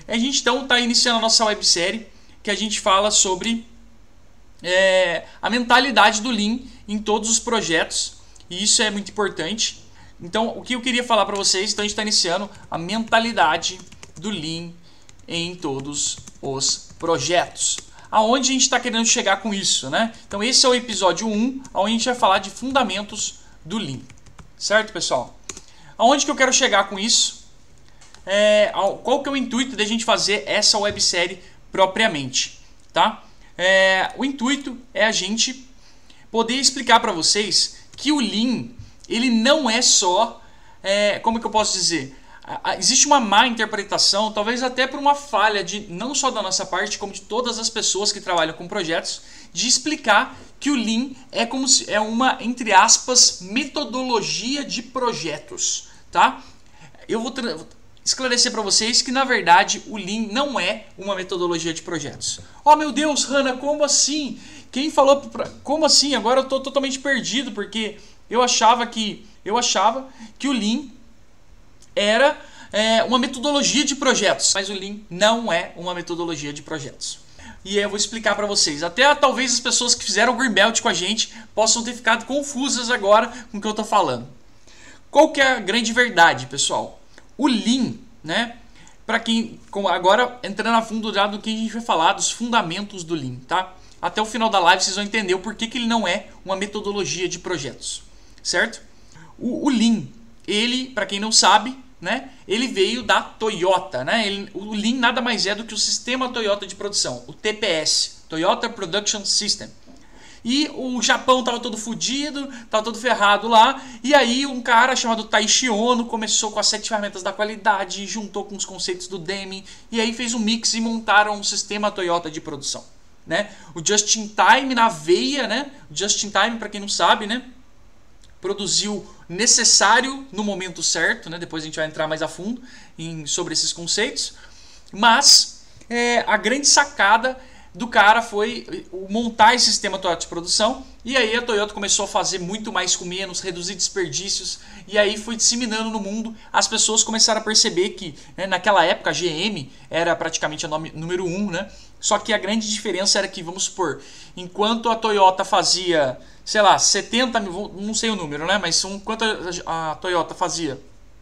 A gente então está iniciando a nossa websérie que a gente fala sobre a mentalidade do Lean em todos os projetos, e isso é muito importante. Então, o que eu queria falar para vocês, então a gente está iniciando a mentalidade do Lean em todos os projetos. Aonde a gente está querendo chegar com isso, né? Então esse é o episódio 1, onde a gente vai falar de fundamentos do Lean. Certo, pessoal? Aonde que eu quero chegar com isso? Qual que é o intuito da gente fazer essa websérie propriamente, tá? O intuito é a gente poder explicar para vocês que o Lean, ele não é só, como que eu posso dizer? Existe uma má interpretação, talvez até por uma falha não só da nossa parte, como de todas as pessoas que trabalham com projetos, de explicar que o Lean é uma, entre aspas, metodologia de projetos, tá? Eu vou esclarecer para vocês que, na verdade, o Lean não é uma metodologia de projetos. Oh, meu Deus, Hanna, como assim? Quem falou? Como assim? Agora eu estou totalmente perdido, porque eu achava que o Lean era uma metodologia de projetos, mas o Lean não é uma metodologia de projetos. E eu vou explicar para vocês. Até talvez as pessoas que fizeram o Green Belt com a gente possam ter ficado confusas agora com o que eu estou falando. Qual que é a grande verdade, pessoal? O Lean, né? Para quem agora entrando a fundo já do que a gente vai falar, dos fundamentos do Lean, tá? Até o final da live vocês vão entender o porquê que ele não é uma metodologia de projetos, certo? O Lean, ele, para quem não sabe, né? Ele veio da Toyota, né? O Lean nada mais é do que o sistema Toyota de produção, o TPS, Toyota Production System. E o Japão estava todo fodido, estava todo ferrado lá, e aí um cara chamado Taishi Ono começou com as 7 ferramentas da qualidade, juntou com os conceitos do Deming, e aí fez um mix e montaram um sistema Toyota de produção, né? O Just in Time na veia, né? O Just in Time, para quem não sabe, né? Produziu necessário no momento certo, né? Depois a gente vai entrar mais a fundo sobre esses conceitos, mas a grande sacada do cara foi montar esse sistema Toyota de produção, e aí a Toyota começou a fazer muito mais com menos, reduzir desperdícios, e aí foi disseminando no mundo. As pessoas começaram a perceber que, né, naquela época a GM era praticamente a número 1, né? Só que a grande diferença era que, vamos supor, enquanto a Toyota fazia, sei lá, 70 mil, não sei o número, né? Mas enquanto a Toyota fazia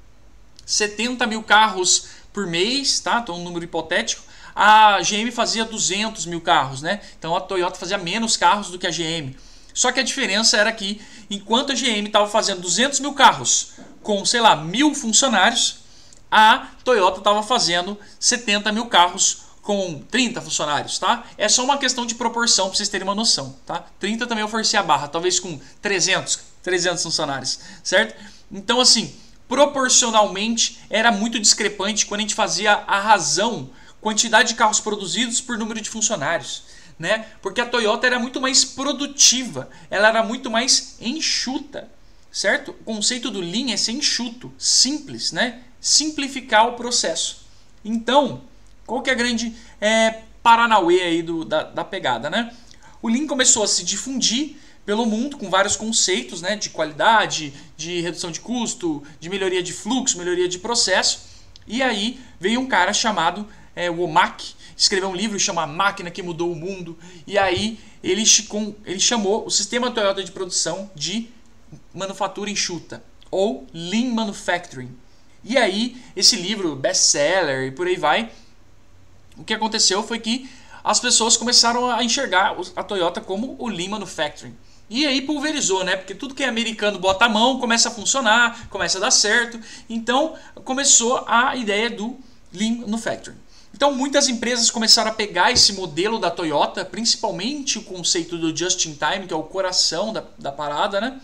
70 mil carros por mês, tá? Então um número hipotético, a GM fazia 200 mil carros, né? Então a Toyota fazia menos carros do que a GM. Só que a diferença era que, enquanto a GM estava fazendo 200 mil carros com, sei lá, 1.000 funcionários, a Toyota estava fazendo 70 mil carros com 30 funcionários, tá? É só uma questão de proporção para vocês terem uma noção, tá? 30 também eu forcei a barra, talvez com 300 funcionários, certo? Então, assim, proporcionalmente era muito discrepante quando a gente fazia a razão, quantidade de carros produzidos por número de funcionários, né? Porque a Toyota era muito mais produtiva, ela era muito mais enxuta, certo? O conceito do Lean é ser enxuto, simples, né? Simplificar o processo. Então, qual que é a grande paranauê aí da pegada, né? O Lean começou a se difundir pelo mundo com vários conceitos, né? De qualidade, de redução de custo, de melhoria de fluxo, melhoria de processo. E aí veio um cara chamado Womack, escreveu um livro chamado A Máquina que Mudou o Mundo, e aí ele chamou o sistema Toyota de produção de manufatura enxuta, ou Lean Manufacturing. E aí, esse livro, best-seller e por aí vai, o que aconteceu foi que as pessoas começaram a enxergar a Toyota como o Lean Manufacturing. E aí pulverizou, né? Porque tudo que é americano bota a mão, começa a funcionar, começa a dar certo. Então, começou a ideia do Lean Manufacturing. Então muitas empresas começaram a pegar esse modelo da Toyota, principalmente o conceito do Just in Time, que é o coração da parada, né?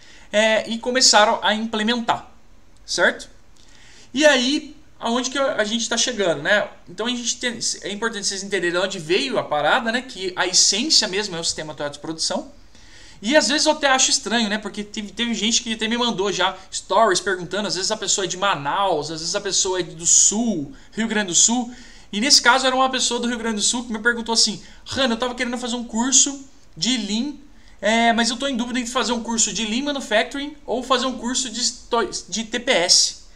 E começaram a implementar, certo? E aí, aonde que a gente está chegando, né? Então é importante vocês entenderem de onde veio a parada, né? Que a essência mesmo é o sistema Toyota de produção. E às vezes eu até acho estranho, né? Porque teve gente que até me mandou já stories perguntando, às vezes a pessoa é de Manaus, às vezes a pessoa é do Sul, Rio Grande do Sul. E nesse caso era uma pessoa do Rio Grande do Sul que me perguntou assim: Hanna, eu estava querendo fazer um curso de Lean, mas eu estou em dúvida entre fazer um curso de Lean Manufacturing ou fazer um curso de TPS.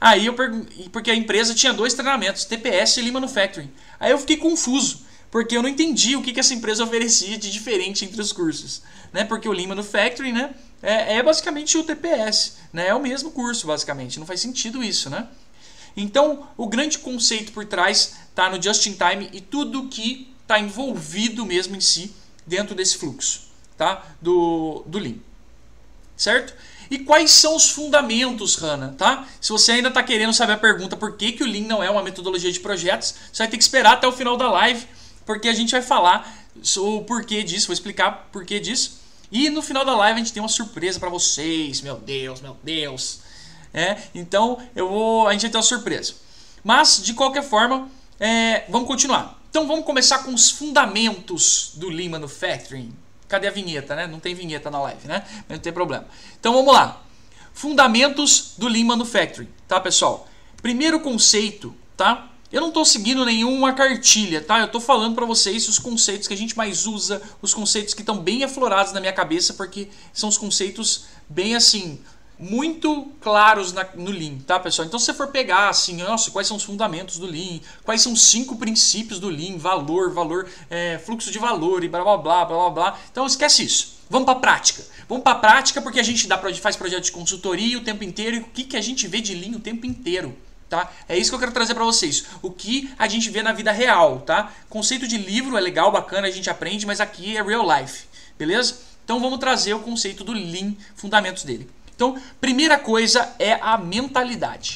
Aí eu perguntei, porque a empresa tinha 2 treinamentos, TPS e Lean Manufacturing. Aí eu fiquei confuso, porque eu não entendi o que essa empresa oferecia de diferente entre os cursos, né? Porque o Lean Manufacturing, né, é basicamente o TPS, né? É o mesmo curso, basicamente. Não faz sentido isso, né? Então, o grande conceito por trás está no Just in Time e tudo que está envolvido mesmo em si dentro desse fluxo, tá? Do Lean, certo? E quais são os fundamentos, Hannah, tá? Se você ainda está querendo saber a pergunta por que o Lean não é uma metodologia de projetos, você vai ter que esperar até o final da live, porque a gente vai falar o porquê disso, vou explicar o porquê disso. E no final da live a gente tem uma surpresa para vocês, meu Deus, meu Deus. Então a gente vai ter uma surpresa. Mas, de qualquer forma, vamos continuar. Então vamos começar com os fundamentos do Lean Manufacturing. Cadê a vinheta, né? Não tem vinheta na live, né? Mas não tem problema. Então vamos lá. Fundamentos do Lean Manufacturing, tá, pessoal? Primeiro conceito, tá? Eu não estou seguindo nenhuma cartilha, tá? Eu estou falando para vocês os conceitos que a gente mais usa, os conceitos que estão bem aflorados na minha cabeça, porque são os conceitos bem assim, muito claros no Lean, tá, pessoal? Então, se você for pegar assim, nossa, quais são os fundamentos do Lean, quais são os 5 princípios do Lean, valor, fluxo de valor e blá blá blá blá blá. Então, esquece isso. Vamos para a prática. Vamos para a prática porque a gente faz projeto de consultoria o tempo inteiro e o que a gente vê de Lean o tempo inteiro. Tá? É isso que eu quero trazer para vocês. O que a gente vê na vida real, tá? Conceito de livro é legal, bacana, a gente aprende, mas aqui é real life, beleza? Então vamos trazer o conceito do Lean, fundamentos dele. Então, primeira coisa é a mentalidade.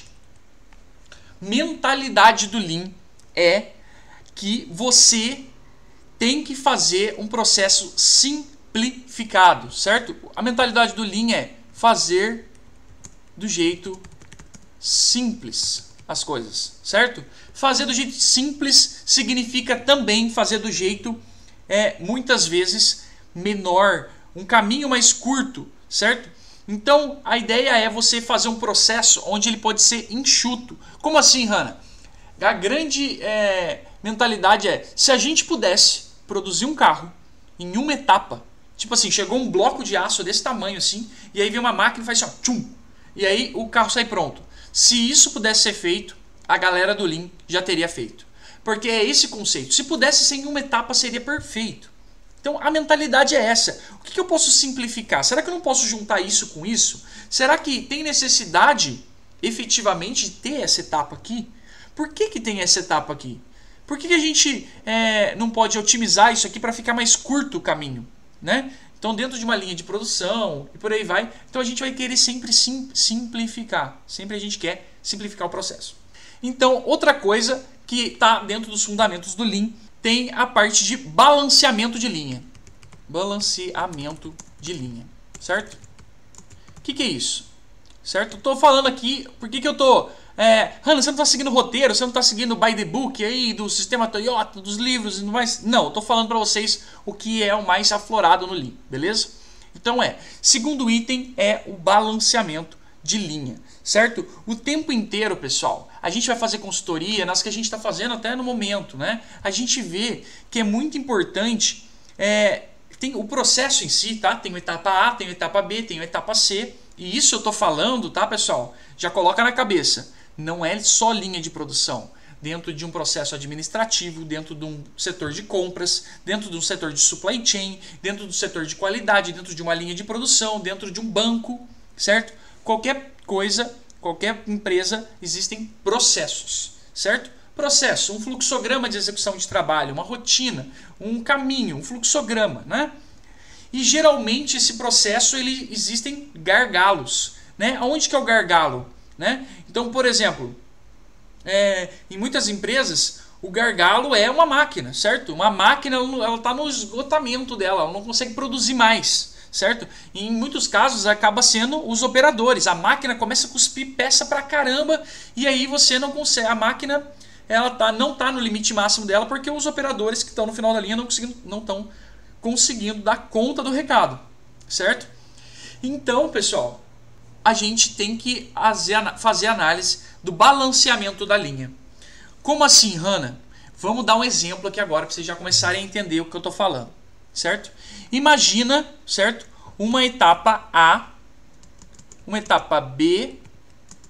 Mentalidade do Lean é que você tem que fazer um processo simplificado, certo? A mentalidade do Lean é fazer do jeito simples as coisas, certo? Fazer do jeito simples significa também fazer do jeito, muitas vezes, menor, um caminho mais curto, certo? Então, a ideia é você fazer um processo onde ele pode ser enxuto. Como assim, Hannah? A grande mentalidade é, se a gente pudesse produzir um carro em uma etapa, tipo assim, chegou um bloco de aço desse tamanho assim, e aí vem uma máquina e faz assim, ó, tchum, e aí o carro sai pronto. Se isso pudesse ser feito, a galera do Lean já teria feito. Porque é esse conceito. Se pudesse ser em uma etapa, seria perfeito. Então, a mentalidade é essa. O que eu posso simplificar? Será que eu não posso juntar isso com isso? Será que tem necessidade, efetivamente, de ter essa etapa aqui? Por que tem essa etapa aqui? Por que a gente não pode otimizar isso aqui para ficar mais curto o caminho, né? Então, dentro de uma linha de produção e por aí vai, então a gente vai querer sempre simplificar. Sempre a gente quer simplificar o processo. Então, outra coisa que está dentro dos fundamentos do Lean tem a parte de balanceamento de linha. Balanceamento de linha, certo? O que é isso? Certo? Estou falando aqui, por que eu estou... Hannah, você não está seguindo o roteiro, você não está seguindo o by the book aí, do sistema Toyota, dos livros e não mais. Não, eu estou falando para vocês o que é o mais aflorado no Lean, beleza? Então segundo item é o balanceamento de linha, certo? O tempo inteiro, pessoal, a gente vai fazer consultoria, nas que a gente está fazendo até no momento, né? A gente vê que é muito importante, tem o processo em si, tá? Tem a etapa A, tem a etapa B, tem a etapa C, e isso eu estou falando, tá, pessoal? Já coloca na cabeça. Não é só linha de produção. Dentro de um processo administrativo, dentro de um setor de compras, dentro de um setor de supply chain, dentro do setor de qualidade, dentro de uma linha de produção, dentro de um banco, certo? Qualquer coisa, qualquer empresa, existem processos, certo? Processo, um fluxograma de execução de trabalho, uma rotina, um caminho, um fluxograma, né? E geralmente esse processo, existem gargalos, né? Aonde que é o gargalo? Né? Então, por exemplo, em muitas empresas, o gargalo é uma máquina, certo? Uma máquina, ela está no esgotamento dela, ela não consegue produzir mais, certo? E em muitos casos, acaba sendo os operadores. A máquina começa a cuspir peça pra caramba e aí você não consegue, a máquina não está no limite máximo dela porque os operadores que estão no final da linha não estão conseguindo dar conta do recado, certo? Então, pessoal, a gente tem que fazer análise do balanceamento da linha. Como assim, Hannah? Vamos dar um exemplo aqui agora para vocês já começarem a entender o que eu estou falando, certo? Imagina, certo? Uma etapa A, uma etapa B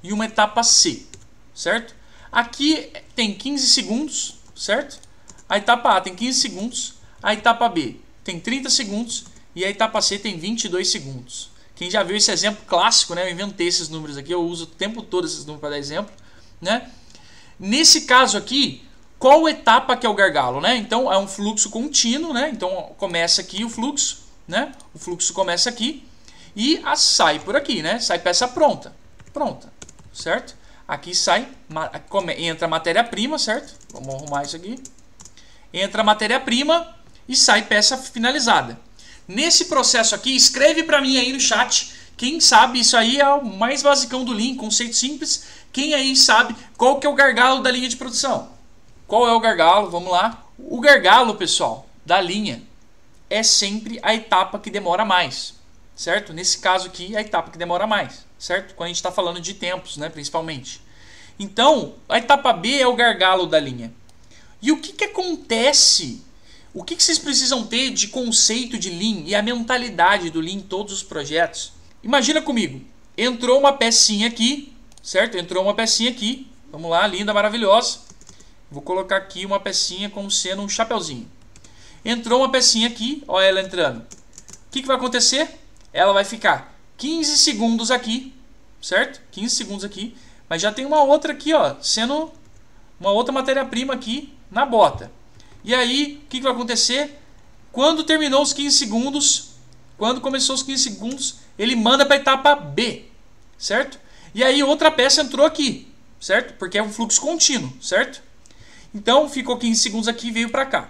e uma etapa C, certo? Aqui tem 15 segundos, certo? A etapa A tem 15 segundos, a etapa B tem 30 segundos e a etapa C tem 22 segundos. Quem já viu esse exemplo clássico, né? Eu inventei esses números aqui, eu uso o tempo todo esses números para dar exemplo, né? Nesse caso aqui, qual etapa que é o gargalo, né? Então é um fluxo contínuo, né? Então começa aqui o fluxo, né? O fluxo começa aqui e sai por aqui, né? Sai peça pronta, certo? Aqui sai, entra matéria-prima, certo? Vamos arrumar isso aqui. Entra matéria-prima e sai peça finalizada. Nesse processo aqui, escreve para mim aí no chat. Quem sabe, isso aí é o mais basicão do Lean, conceito simples. Quem aí sabe qual que é o gargalo da linha de produção? Qual é o gargalo? Vamos lá. O gargalo, pessoal, da linha é sempre a etapa que demora mais, certo? Nesse caso aqui, a etapa que demora mais, certo? Quando a gente está falando de tempos, né, principalmente. Então, a etapa B é o gargalo da linha. E o que acontece? O que vocês precisam ter de conceito de Lean e a mentalidade do Lean em todos os projetos? Imagina comigo, entrou uma pecinha aqui, certo? Entrou uma pecinha aqui, vamos lá, linda, maravilhosa. Vou colocar aqui uma pecinha como sendo um chapeuzinho. Entrou uma pecinha aqui, olha ela entrando. O que vai acontecer? Ela vai ficar 15 segundos aqui, certo? 15 segundos aqui, mas já tem uma outra aqui, ó, sendo uma outra matéria-prima aqui na bota. E aí, o que vai acontecer? Quando terminou os 15 segundos, quando começou os 15 segundos, ele manda para a etapa B, certo? E aí outra peça entrou aqui, certo? Porque é um fluxo contínuo, certo? Então, ficou 15 segundos aqui e veio para cá.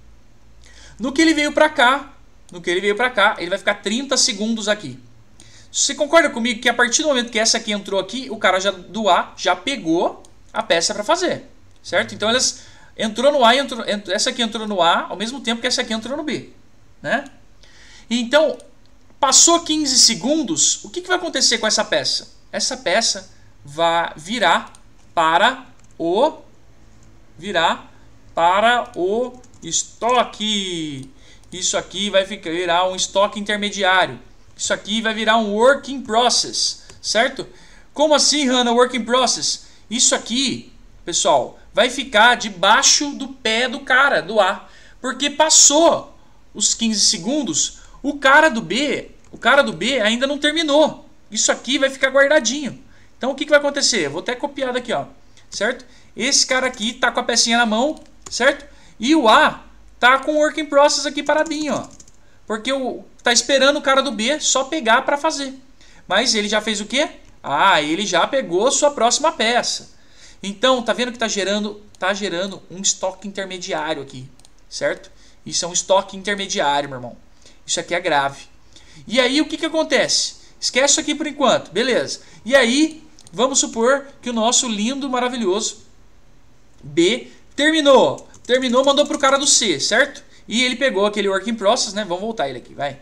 No que ele veio para cá, ele vai ficar 30 segundos aqui. Você concorda comigo que a partir do momento que essa aqui entrou aqui, o cara do A já pegou a peça para fazer, certo? Então, elas entrou no A e essa aqui entrou no A ao mesmo tempo que essa aqui entrou no B, né? Então, passou 15 segundos, o que vai acontecer com essa peça? Essa peça vai virar para o estoque. Isso aqui vai virar um estoque intermediário. Isso aqui vai virar um work in process, certo? Como assim, Hannah, work in process? Isso aqui, pessoal, vai ficar debaixo do pé do cara, do A. Porque passou os 15 segundos, o cara do B ainda não terminou. Isso aqui vai ficar guardadinho. Então o que vai acontecer? Eu vou até copiar daqui, ó, certo? Esse cara aqui tá com a pecinha na mão, certo? E o A tá com o work in process aqui paradinho, ó. Porque tá esperando o cara do B só pegar para fazer. Mas ele já fez o quê? Ah, ele já pegou sua próxima peça. Então, tá vendo que tá gerando um estoque intermediário aqui, certo? Isso é um estoque intermediário, meu irmão. Isso aqui é grave. E aí, o que acontece? Esquece isso aqui por enquanto, beleza. E aí, vamos supor que o nosso lindo, maravilhoso B terminou, mandou pro cara do C, certo? E ele pegou aquele work in process, né? Vamos voltar ele aqui, vai.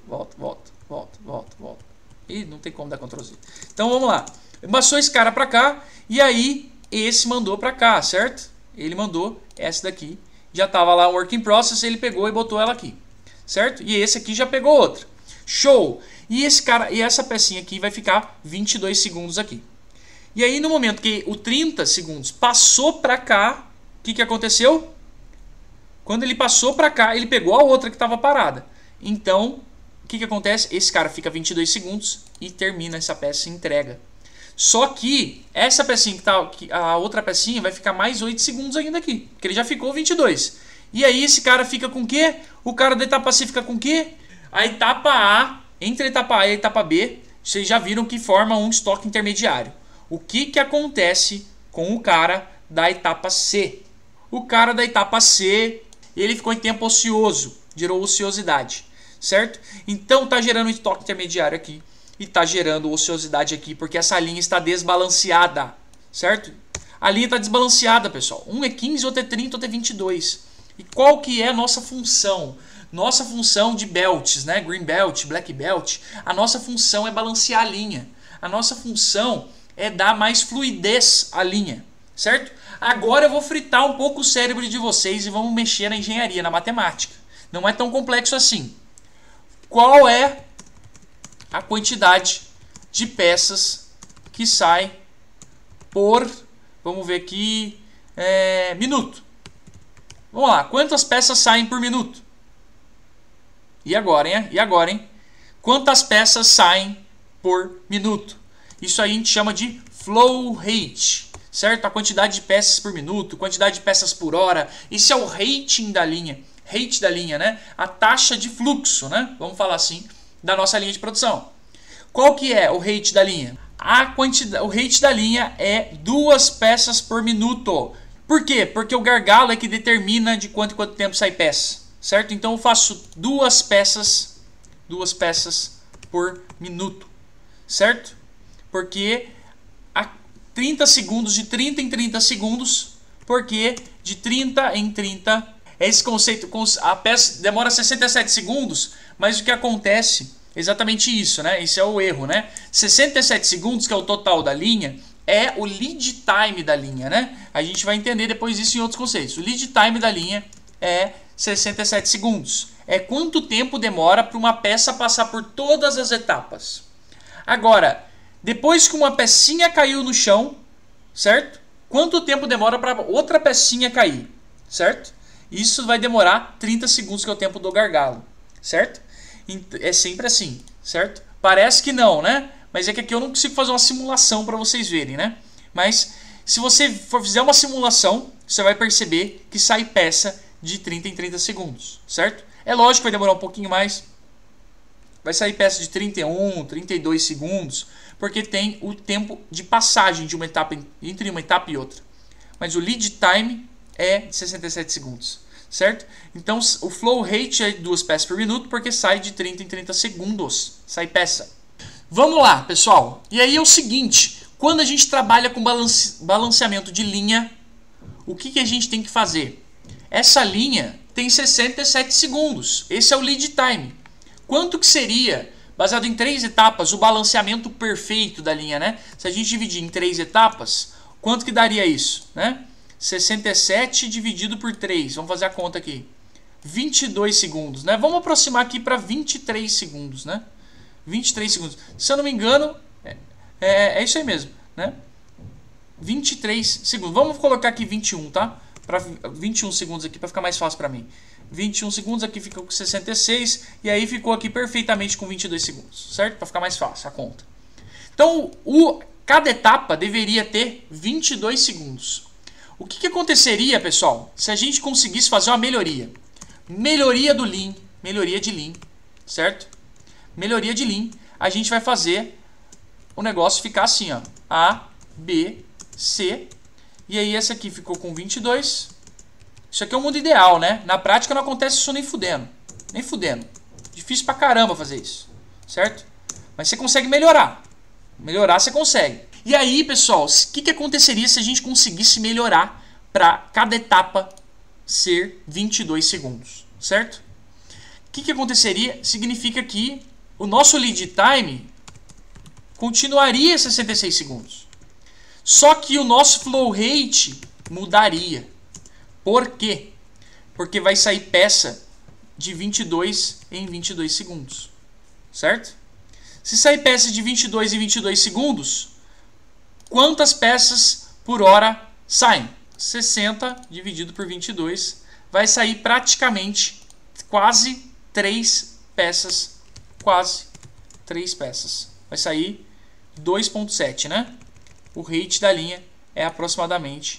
Volta. Ih, não tem como dar Ctrl Z. Então, vamos lá. Passou esse cara pra cá e aí esse mandou pra cá, certo? Ele mandou essa daqui. Já tava lá o work in process, ele pegou e botou ela aqui, certo? E esse aqui já pegou outra. Show! E esse cara, e essa pecinha aqui vai ficar 22 segundos aqui. E aí no momento que o 30 segundos passou pra cá, o que aconteceu? Quando ele passou pra cá, ele pegou a outra que estava parada. Então, o que acontece? Esse cara fica 22 segundos e termina essa peça e entrega. Só que essa pecinha a outra pecinha vai ficar mais 8 segundos ainda aqui, porque ele já ficou 22. E aí esse cara fica com o quê? O cara da etapa C fica com o quê? A etapa A, entre a etapa A e a etapa B, vocês já viram que forma um estoque intermediário. O que acontece com o cara da etapa C? O cara da etapa C, ele ficou em tempo ocioso, gerou ociosidade, certo? Então tá gerando um estoque intermediário aqui e tá gerando ociosidade aqui, porque essa linha está desbalanceada, certo? A linha está desbalanceada, pessoal. Um é 15, outro é 30, outro é 22. E qual que é a nossa função? Nossa função de belts, né? Green belt, black belt, a nossa função é balancear a linha. A nossa função é dar mais fluidez à linha, certo? Agora eu vou fritar um pouco o cérebro de vocês e vamos mexer na engenharia, na matemática. Não é tão complexo assim. Qual é a quantidade de peças que sai por, vamos ver aqui, minuto. Vamos lá, quantas peças saem por minuto? E agora, hein? E agora, hein? Quantas peças saem por minuto? Isso aí a gente chama de flow rate, certo? A quantidade de peças por minuto, quantidade de peças por hora. Isso é o rating da linha. Rate da linha, né? A taxa de fluxo, né? Vamos falar assim, da nossa linha de produção. Qual que é o rate da linha? O rate da linha é 2 peças por minuto. Por quê? Porque o gargalo é que determina de quanto em quanto tempo sai peça, certo? Então eu faço 2 peças por minuto, certo? Porque a 30 segundos, de 30 em 30 segundos, porque de 30 em 30, esse conceito, a peça demora 67 segundos, mas o que acontece é exatamente isso, né? Esse é o erro, né? 67 segundos, que é o total da linha, é o lead time da linha, né? A gente vai entender depois isso em outros conceitos. O lead time da linha é 67 segundos. É quanto tempo demora para uma peça passar por todas as etapas. Agora, depois que uma pecinha caiu no chão, certo? Quanto tempo demora para outra pecinha cair, certo? Isso vai demorar 30 segundos, que é o tempo do gargalo, certo? É sempre assim, certo? Parece que não, né? Mas é que aqui eu não consigo fazer uma simulação para vocês verem, né? Mas se você fizer uma simulação, você vai perceber que sai peça de 30 em 30 segundos, certo? É lógico que vai demorar um pouquinho mais. Vai sair peça de 31, 32 segundos, porque tem o tempo de passagem de uma etapa entre uma etapa e outra. Mas o lead time é de 67 segundos, certo? Então o flow rate é 2 peças por minuto, porque sai de 30 em 30 segundos, sai peça. Vamos lá, pessoal. E aí é o seguinte, quando a gente trabalha com balanceamento de linha, o que a gente tem que fazer? Essa linha tem 67 segundos. Esse é o lead time. Quanto que seria, baseado em 3 etapas, o balanceamento perfeito da linha, né? Se a gente dividir em 3 etapas, quanto que daria isso, né? 67 dividido por 3. Vamos fazer a conta aqui. 22 segundos, né? Vamos aproximar aqui para 23 segundos, né? 23 segundos. Se eu não me engano, é isso aí mesmo, né? 23 segundos. Vamos colocar aqui 21, tá? Para 21 segundos aqui para ficar mais fácil para mim. 21 segundos aqui ficou com 66 e aí ficou aqui perfeitamente com 22 segundos, certo? Para ficar mais fácil a conta. Então, cada etapa deveria ter 22 segundos. O que aconteceria, pessoal, se a gente conseguisse fazer uma melhoria? Melhoria do Lean, melhoria de Lean, certo? Melhoria de Lean, a gente vai fazer o negócio ficar assim, ó, A, B, C, e aí esse aqui ficou com 22. Isso aqui é o mundo ideal, né? Na prática não acontece isso nem fudendo. Nem fudendo. Difícil pra caramba fazer isso, certo? Mas você consegue melhorar. Melhorar você consegue. E aí, pessoal, o que aconteceria se a gente conseguisse melhorar para cada etapa ser 22 segundos, certo? O que aconteceria? Significa que o nosso lead time continuaria 66 segundos. Só que o nosso flow rate mudaria. Por quê? Porque vai sair peça de 22 em 22 segundos, certo? Se sair peça de 22 em 22 segundos, quantas peças por hora saem? 60 dividido por 22 vai sair praticamente quase 3 peças. Quase 3 peças. Vai sair 2,7, né? O rate da linha é aproximadamente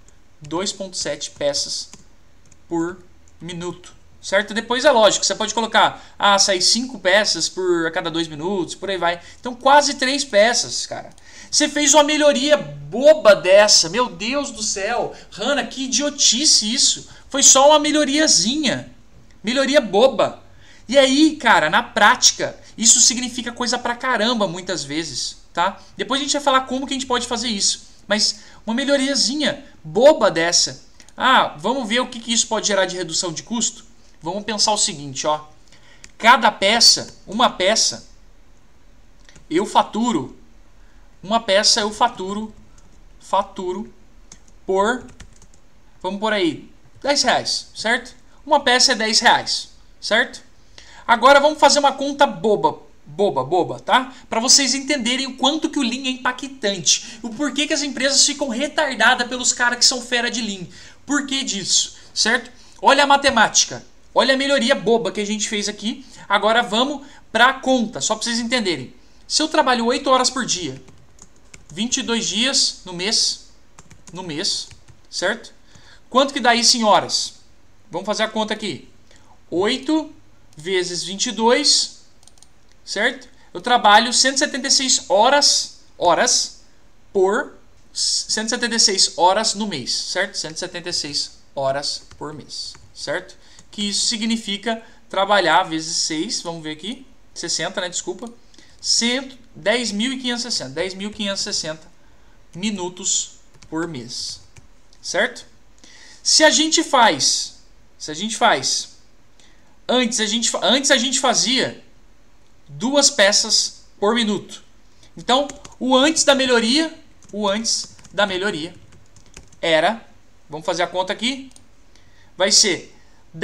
2,7 peças por minuto, certo? Depois é lógico, você pode colocar, sair 5 peças a cada 2 minutos, por aí vai. Então quase 3 peças, cara. Você fez uma melhoria boba dessa, meu Deus do céu. Hanna, que idiotice isso. Foi só uma melhoriazinha, melhoria boba. E aí, cara, na prática, isso significa coisa pra caramba muitas vezes, tá? Depois a gente vai falar como que a gente pode fazer isso. Mas uma melhoriazinha boba dessa. Vamos ver o que isso pode gerar de redução de custo? Vamos pensar o seguinte, ó. Cada peça, uma peça, eu faturo. Uma peça eu faturo por, vamos por aí, 10 reais, certo? Uma peça é 10 reais, certo? Agora vamos fazer uma conta boba boba, tá? Para vocês entenderem o quanto que o Lean é impactante. O porquê que as empresas ficam retardadas pelos caras que são fera de Lean. Por que disso, certo? Olha a matemática. Olha a melhoria boba que a gente fez aqui. Agora vamos para a conta, só para vocês entenderem. Se eu trabalho 8 horas por dia, 22 dias no mês, certo? Quanto que dá isso em horas? Vamos fazer a conta aqui. 8 vezes 22, certo? Eu trabalho 176 horas por 176 horas no mês, certo? 176 horas por mês, certo? Que isso significa trabalhar vezes 6, vamos ver aqui, 60, né? Desculpa. 10.560 minutos por mês, certo? Se a gente faz, antes a gente fazia 2 peças por minuto. Então, o antes da melhoria era, vamos fazer a conta aqui, vai ser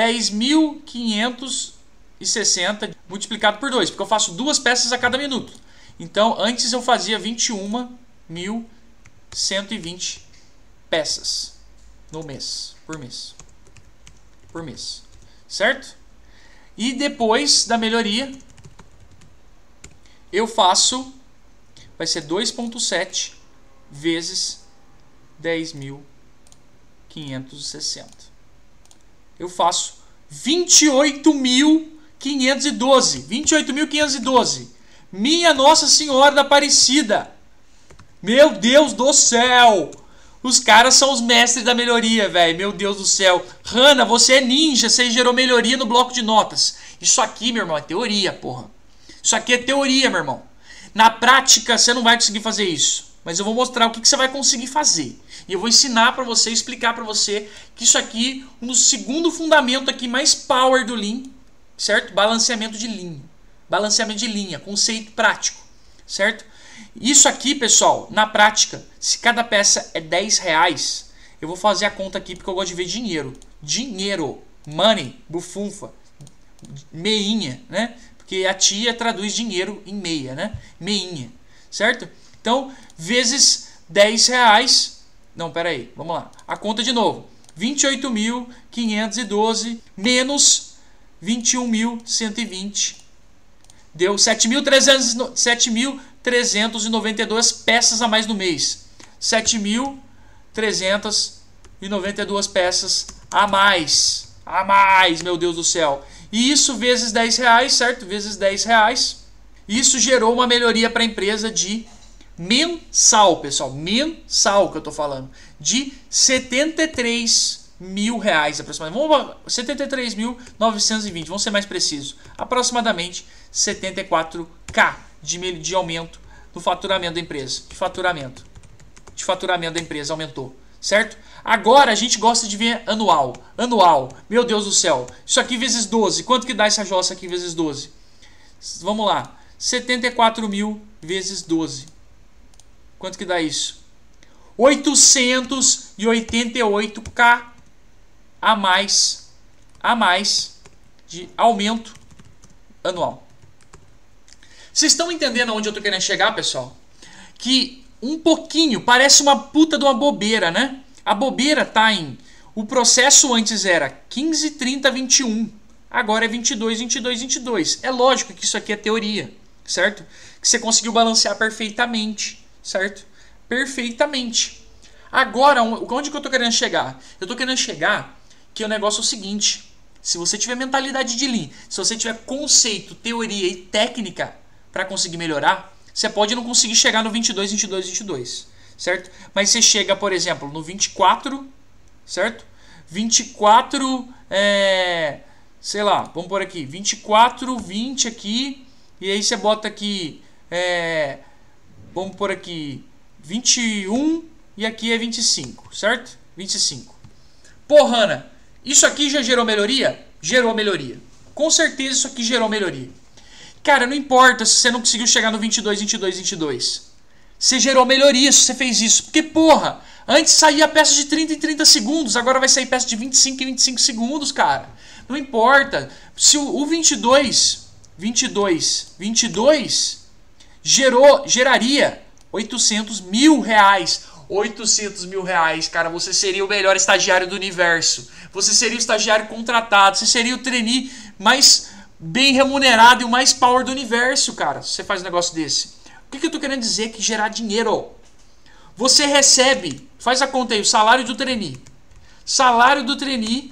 10.560 multiplicado por 2, porque eu faço 2 peças a cada minuto. Então, antes eu fazia 21.120 peças no mês, por mês, certo? E depois da melhoria, eu faço, vai ser 2,7 vezes 10.560. Eu faço 28.512. Minha Nossa Senhora da Aparecida. Meu Deus do céu. Os caras são os mestres da melhoria, velho. Meu Deus do céu. Hanna, você é ninja. Você gerou melhoria no bloco de notas. Isso aqui, meu irmão, é teoria, porra. Isso aqui é teoria, meu irmão. Na prática, você não vai conseguir fazer isso. Mas eu vou mostrar o que você vai conseguir fazer. E eu vou ensinar para você, explicar para você que isso aqui, um segundo fundamento aqui mais power do Lean, certo? Balanceamento de linha. Balanceamento de linha, conceito prático, certo? Isso aqui, pessoal, na prática, se cada peça é R$10, eu vou fazer a conta aqui porque eu gosto de ver dinheiro. Dinheiro, money, bufunfa, meinha, né? Porque a tia traduz dinheiro em meia, né? Meinha, certo? Então, vezes R$10. Não, pera aí, vamos lá. A conta de novo. 28.512 menos 21.120. Deu 7.392 peças a mais no mês. 7.392 peças a mais. A mais, meu Deus do céu. E isso vezes R$10, certo? Vezes R$10. Isso gerou uma melhoria para a empresa de mensal, pessoal. Mensal que eu tô falando. De R$73 mil aproximadamente. 73.920, vamos ser mais precisos. Aproximadamente 74k de aumento no faturamento da empresa. De faturamento da empresa aumentou, certo? Agora a gente gosta de ver anual. Meu Deus do céu. Isso aqui vezes 12. Quanto que dá essa jossa aqui vezes 12? Vamos lá. 74 mil vezes 12. Quanto que dá isso? 888k a mais de aumento anual. Vocês estão entendendo onde eu tô querendo chegar, pessoal? Que um pouquinho parece uma puta de uma bobeira, né? A bobeira tá em... O processo antes era 15, 30, 21. Agora é 22, 22, 22. É lógico que isso aqui é teoria, certo? Que você conseguiu balancear perfeitamente, certo? Perfeitamente. Agora, onde que eu tô querendo chegar? Eu tô querendo chegar que o negócio é o seguinte. Se você tiver mentalidade de Lean, se você tiver conceito, teoria e técnica para conseguir melhorar, você pode não conseguir chegar no 22, 22, 22, certo? Mas você chega, por exemplo, no 24, certo? 24, sei lá, vamos por aqui, 24, 20 aqui, e aí você bota aqui, vamos por aqui, 21 e aqui é 25, certo? 25. Pô, Hanna, isso aqui já gerou melhoria? Gerou melhoria. Com certeza isso aqui gerou melhoria. Cara, não importa se você não conseguiu chegar no 22, 22, 22. Você gerou melhoria se você fez isso. Porque, porra, antes saía peça de 30 em 30 segundos, agora vai sair peça de 25 em 25 segundos, cara. Não importa. Se o 22 22 geraria 800 mil reais. 800 mil reais, cara, você seria o melhor estagiário do universo. Você seria o estagiário contratado. Você seria o trainee mais bem remunerado e o mais power do universo, cara. Se você faz um negócio desse. O que eu tô querendo dizer? Que gerar dinheiro. Você recebe, faz a conta aí, o salário do trainee. Salário do trainee,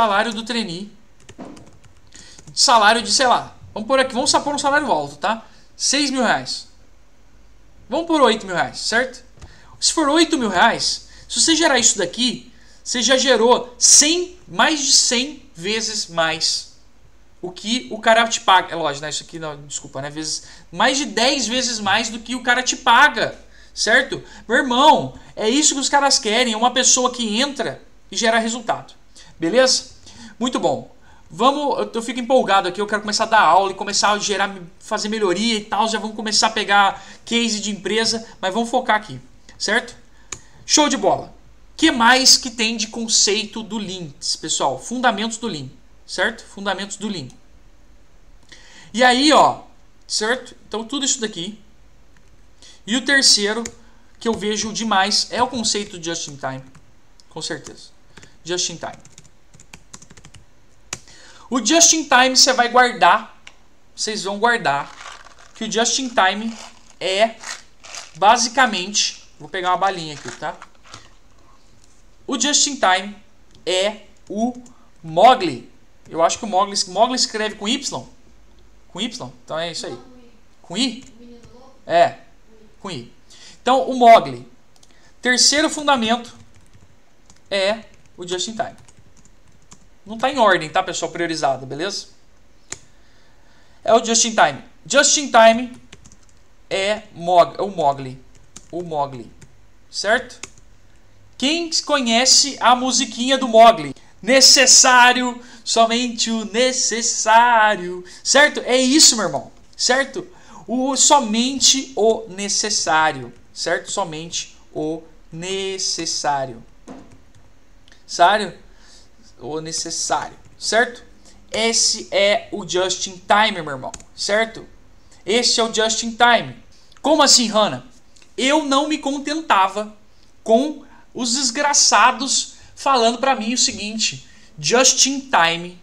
salário de, sei lá, vamos por aqui, vamos supor um salário alto, tá? 6 mil reais. Vamos por 8 mil reais, certo? Se for 8 mil reais, se você gerar isso daqui, você já gerou mais de 100 vezes mais o que o cara te paga. É lógico, né? Isso aqui, não, desculpa, né? Mais de 10 vezes mais do que o cara te paga, certo? Meu irmão, é isso que os caras querem, é uma pessoa que entra e gera resultado. Beleza? Muito bom. Vamos, eu fico empolgado aqui, eu quero começar a dar aula e começar a fazer melhoria e tal, já vamos começar a pegar case de empresa, mas vamos focar aqui, certo? Show de bola. O que mais que tem de conceito do Lean, pessoal? Fundamentos do Lean, certo? Fundamentos do Lean. E aí, ó, certo? Então tudo isso daqui. E o terceiro que eu vejo demais é o conceito de Just in Time, com certeza. Just in Time. O Just in Time você vai guardar, vocês vão guardar, que o Just in Time é basicamente, vou pegar uma balinha aqui, tá? O Just in Time é o Mogli. Eu acho que o Mogli escreve com Y. Com Y? Então é isso aí. Com I? É, com I. Então o Mogli. Terceiro fundamento é o Just in Time. Não está em ordem, tá, pessoal? Priorizado, beleza? É o Just in Time. Just in Time é o Mogli. O Mogli. Certo? Quem conhece a musiquinha do Mogli? Necessário, somente o necessário. Certo? É isso, meu irmão. Certo? Somente o necessário. Certo? Somente o necessário. Sério? O necessário, certo? Esse é o Just in Time, meu irmão, certo? Esse é o Just in Time. Como assim, Hannah? Eu não me contentava com os desgraçados falando para mim o seguinte: Just in Time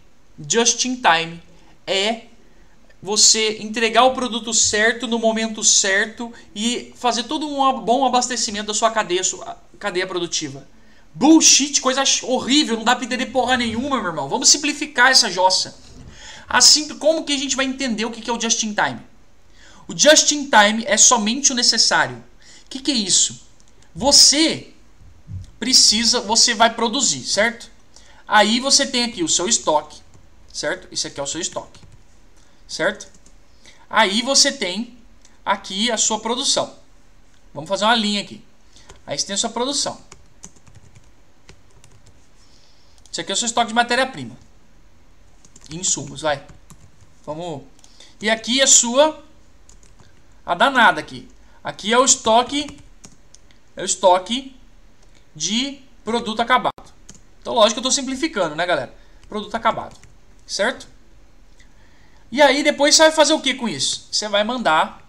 é você entregar o produto certo no momento certo e fazer todo um bom abastecimento da sua cadeia produtiva. Bullshit, coisa horrível, não dá pra entender porra nenhuma, meu irmão. Vamos simplificar essa jossa. Assim, como que a gente vai entender o que é o Just in Time? O Just in Time é somente o necessário. O que é isso? Você vai produzir, certo? Aí você tem aqui o seu estoque, certo? Isso aqui é o seu estoque, certo? Aí você tem aqui a sua produção. Vamos fazer uma linha aqui. Aí você tem a sua produção. Isso aqui é o seu estoque de matéria-prima. Insumos, vai. Vamos. E aqui é a danada aqui. Aqui é o estoque de produto acabado. Então, lógico que eu estou simplificando, né, galera? Produto acabado. Certo? E aí, depois você vai fazer o que com isso? Você vai mandar.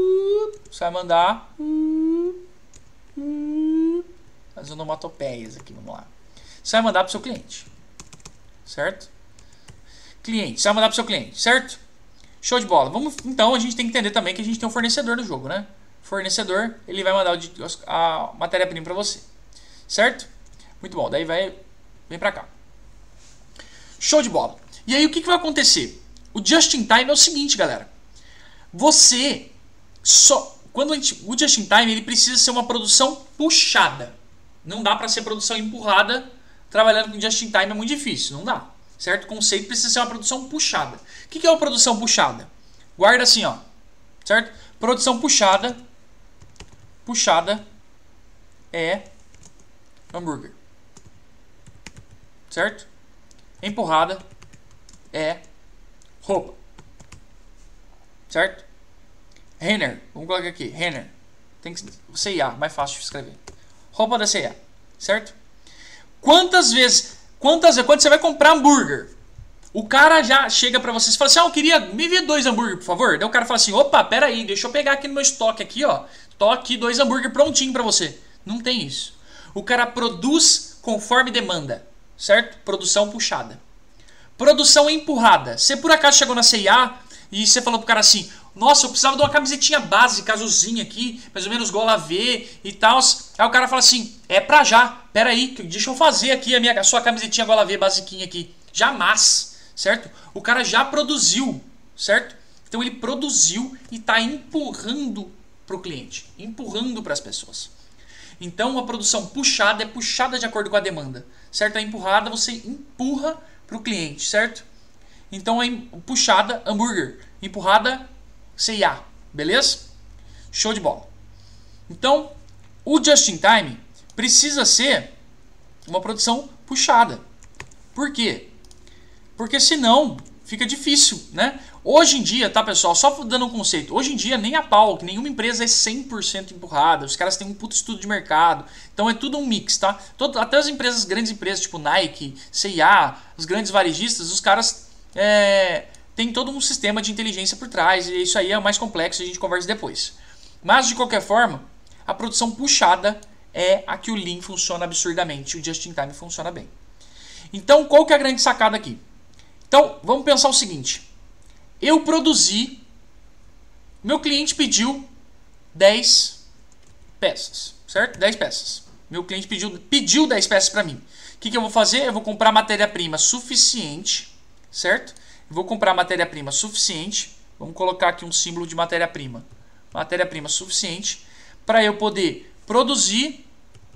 As onomatopeias aqui, vamos lá. Você vai mandar para o seu cliente, certo? Você vai mandar para o seu cliente, certo? Show de bola. Então a gente tem que entender também que a gente tem um fornecedor no jogo, né? Fornecedor, ele vai mandar a matéria-prima para você, certo? Muito bom. Daí vem para cá. Show de bola. E aí o que vai acontecer? O Just in Time é o seguinte, galera. O Just in Time ele precisa ser uma produção puxada. Não dá para ser produção empurrada. Trabalhando com Just in Time é muito difícil, não dá, certo? O conceito precisa ser uma produção puxada. O que é uma produção puxada? Guarda assim, ó, certo? Produção puxada é hambúrguer, certo? Empurrada é roupa, certo? Renner, vamos colocar aqui, Renner, tem que C&A, mais fácil de escrever. Roupa da C&A, certo? Quando você vai comprar hambúrguer, O cara já chega pra vocês e fala assim, eu queria, me vê 2 hambúrguer, por favor. Daí o cara fala assim, opa, pera aí, deixa eu pegar aqui no meu estoque aqui, ó. Tô aqui 2 hambúrguer prontinho pra você. Não tem isso. O cara produz conforme demanda, certo? Produção puxada. Produção empurrada. Você por acaso chegou na C&A e você falou pro cara assim, nossa, eu precisava de uma camisetinha básica, azulzinha aqui, mais ou menos gola V e tal. Aí o cara fala assim, é pra já, pera aí, deixa eu fazer aqui a sua camisetinha gola V basiquinha aqui. Jamais, certo? O cara já produziu, certo? Então ele produziu e está empurrando para o cliente, empurrando para as pessoas. Então a produção puxada é puxada de acordo com a demanda, certo? A empurrada você empurra para o cliente, certo? Então a puxada, hambúrguer, empurrada, C&A, beleza? Show de bola. Então o just in time precisa ser uma produção puxada. Por quê? Porque senão fica difícil, né? Hoje em dia, tá, pessoal? Só dando um conceito. Hoje em dia, nem a pau, que nenhuma empresa é 100% empurrada. Os caras têm um puto estudo de mercado. Então é tudo um mix, tá? Até as empresas, grandes empresas, tipo Nike, C&A, os grandes varejistas, os caras têm todo um sistema de inteligência por trás. E isso aí é o mais complexo, a gente conversa depois. Mas, de qualquer forma, a produção puxada é a que o Lean funciona absurdamente. O Just in Time funciona bem. Então, qual que é a grande sacada aqui? Então, vamos pensar o seguinte. Eu produzi, meu cliente pediu 10 peças, certo? 10 peças. Meu cliente pediu 10 peças para mim. O que eu vou fazer? Eu vou comprar matéria-prima suficiente, certo? Eu vou comprar matéria-prima suficiente. Vamos colocar aqui um símbolo de matéria-prima. Matéria-prima suficiente para eu poder produzir,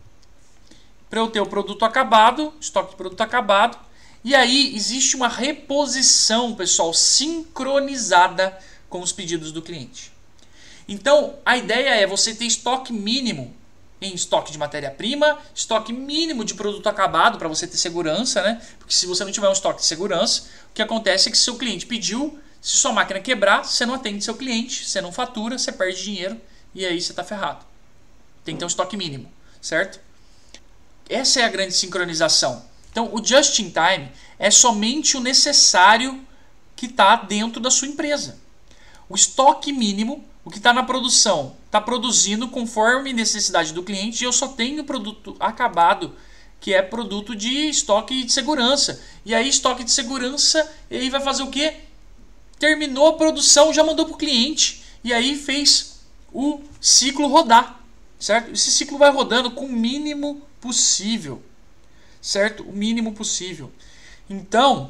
para eu ter o produto acabado, estoque de produto acabado. E aí existe uma reposição, pessoal, sincronizada com os pedidos do cliente. Então, a ideia é você ter estoque mínimo em estoque de matéria-prima, estoque mínimo de produto acabado para você ter segurança, né? Porque se você não tiver um estoque de segurança, o que acontece é que se seu cliente pediu, se sua máquina quebrar, você não atende seu cliente, você não fatura, você perde dinheiro e aí você está ferrado. Tem que ter um estoque mínimo, certo? Essa é a grande sincronização. Então, o just in time é somente o necessário que está dentro da sua empresa. O estoque mínimo, o que está na produção, está produzindo conforme necessidade do cliente e eu só tenho produto acabado, que é produto de estoque de segurança. E aí, estoque de segurança, ele vai fazer o quê? Terminou a produção, já mandou para o cliente e aí fez o ciclo rodar, certo? Esse ciclo vai rodando com o mínimo possível. Certo? O mínimo possível. Então,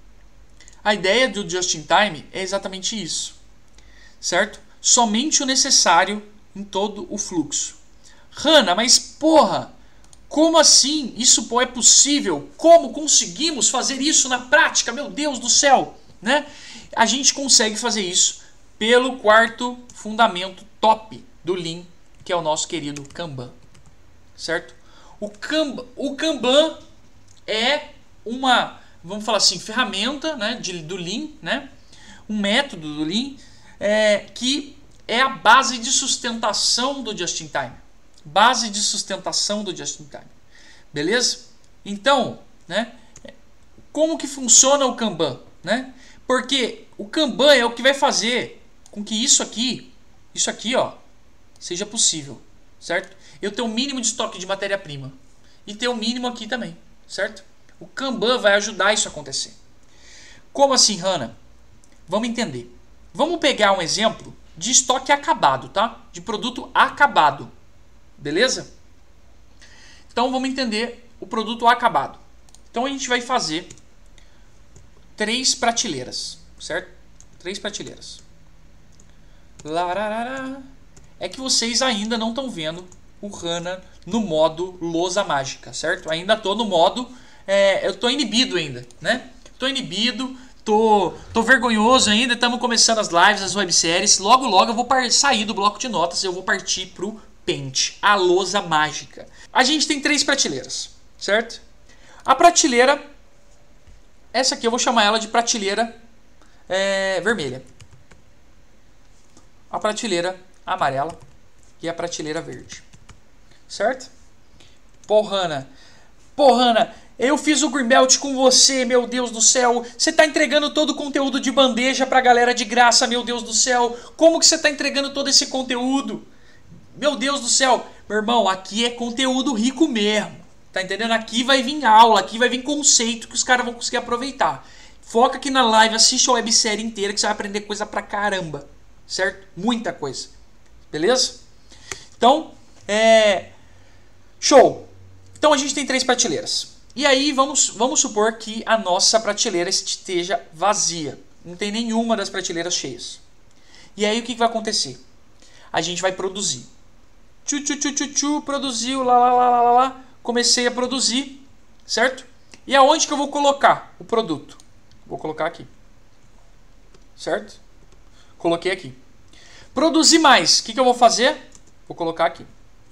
a ideia do Just in Time é exatamente isso. Certo? Somente o necessário em todo o fluxo. Hanna, mas porra, como assim isso é possível? Como conseguimos fazer isso na prática? Meu Deus do céu! Né? A gente consegue fazer isso pelo quarto fundamento top do Lean, que é o nosso querido Kanban. Certo? O Kanban é uma, vamos falar assim, ferramenta, né, do Lean, né, um método do Lean que é a base de sustentação do Just in Time. Base de sustentação do Just in Time. Beleza? Então, né, como que funciona o Kanban? Né? Porque o Kanban é o que vai fazer com que isso aqui, ó, seja possível. Certo? Eu tenho o mínimo de estoque de matéria-prima. E ter o mínimo aqui também. Certo? O Kanban vai ajudar isso a acontecer. Como assim, Hanna? Vamos entender. Vamos pegar um exemplo de estoque acabado, tá? De produto acabado. Beleza? Então vamos entender o produto acabado. Então a gente vai fazer 3 prateleiras. Certo? 3 prateleiras. Lararara. É que vocês ainda não estão vendo o Hanna no modo lousa mágica, certo? Ainda estou no modo... eu estou inibido ainda, né? Estou inibido, tô vergonhoso ainda, estamos começando as lives, as webséries. Logo, logo eu vou sair do bloco de notas e eu vou partir para o Paint, a lousa mágica. A gente tem 3 prateleiras, certo? A prateleira, essa aqui eu vou chamar ela de prateleira vermelha. A prateleira amarela e a prateleira verde. Certo? Pô, Hanna, Pô, Hanna, eu fiz o Greenbelt com você, meu Deus do céu. Você tá entregando todo o conteúdo de bandeja pra galera de graça, meu Deus do céu. Como que você tá entregando todo esse conteúdo? Meu Deus do céu. Meu irmão, aqui é conteúdo rico mesmo. Tá entendendo? Aqui vai vir aula, aqui vai vir conceito que os caras vão conseguir aproveitar. Foca aqui na live, assiste a websérie inteira que você vai aprender coisa pra caramba. Certo? Muita coisa. Beleza? Então, show! Então a gente tem 3 prateleiras. E aí vamos supor que a nossa prateleira esteja vazia. Não tem nenhuma das prateleiras cheias. E aí o que vai acontecer? A gente vai produzir. Produziu, lá. Comecei a produzir, certo? E aonde que eu vou colocar o produto? Vou colocar aqui. Certo? Coloquei aqui. Produzir mais. O que eu vou fazer? Vou colocar aqui.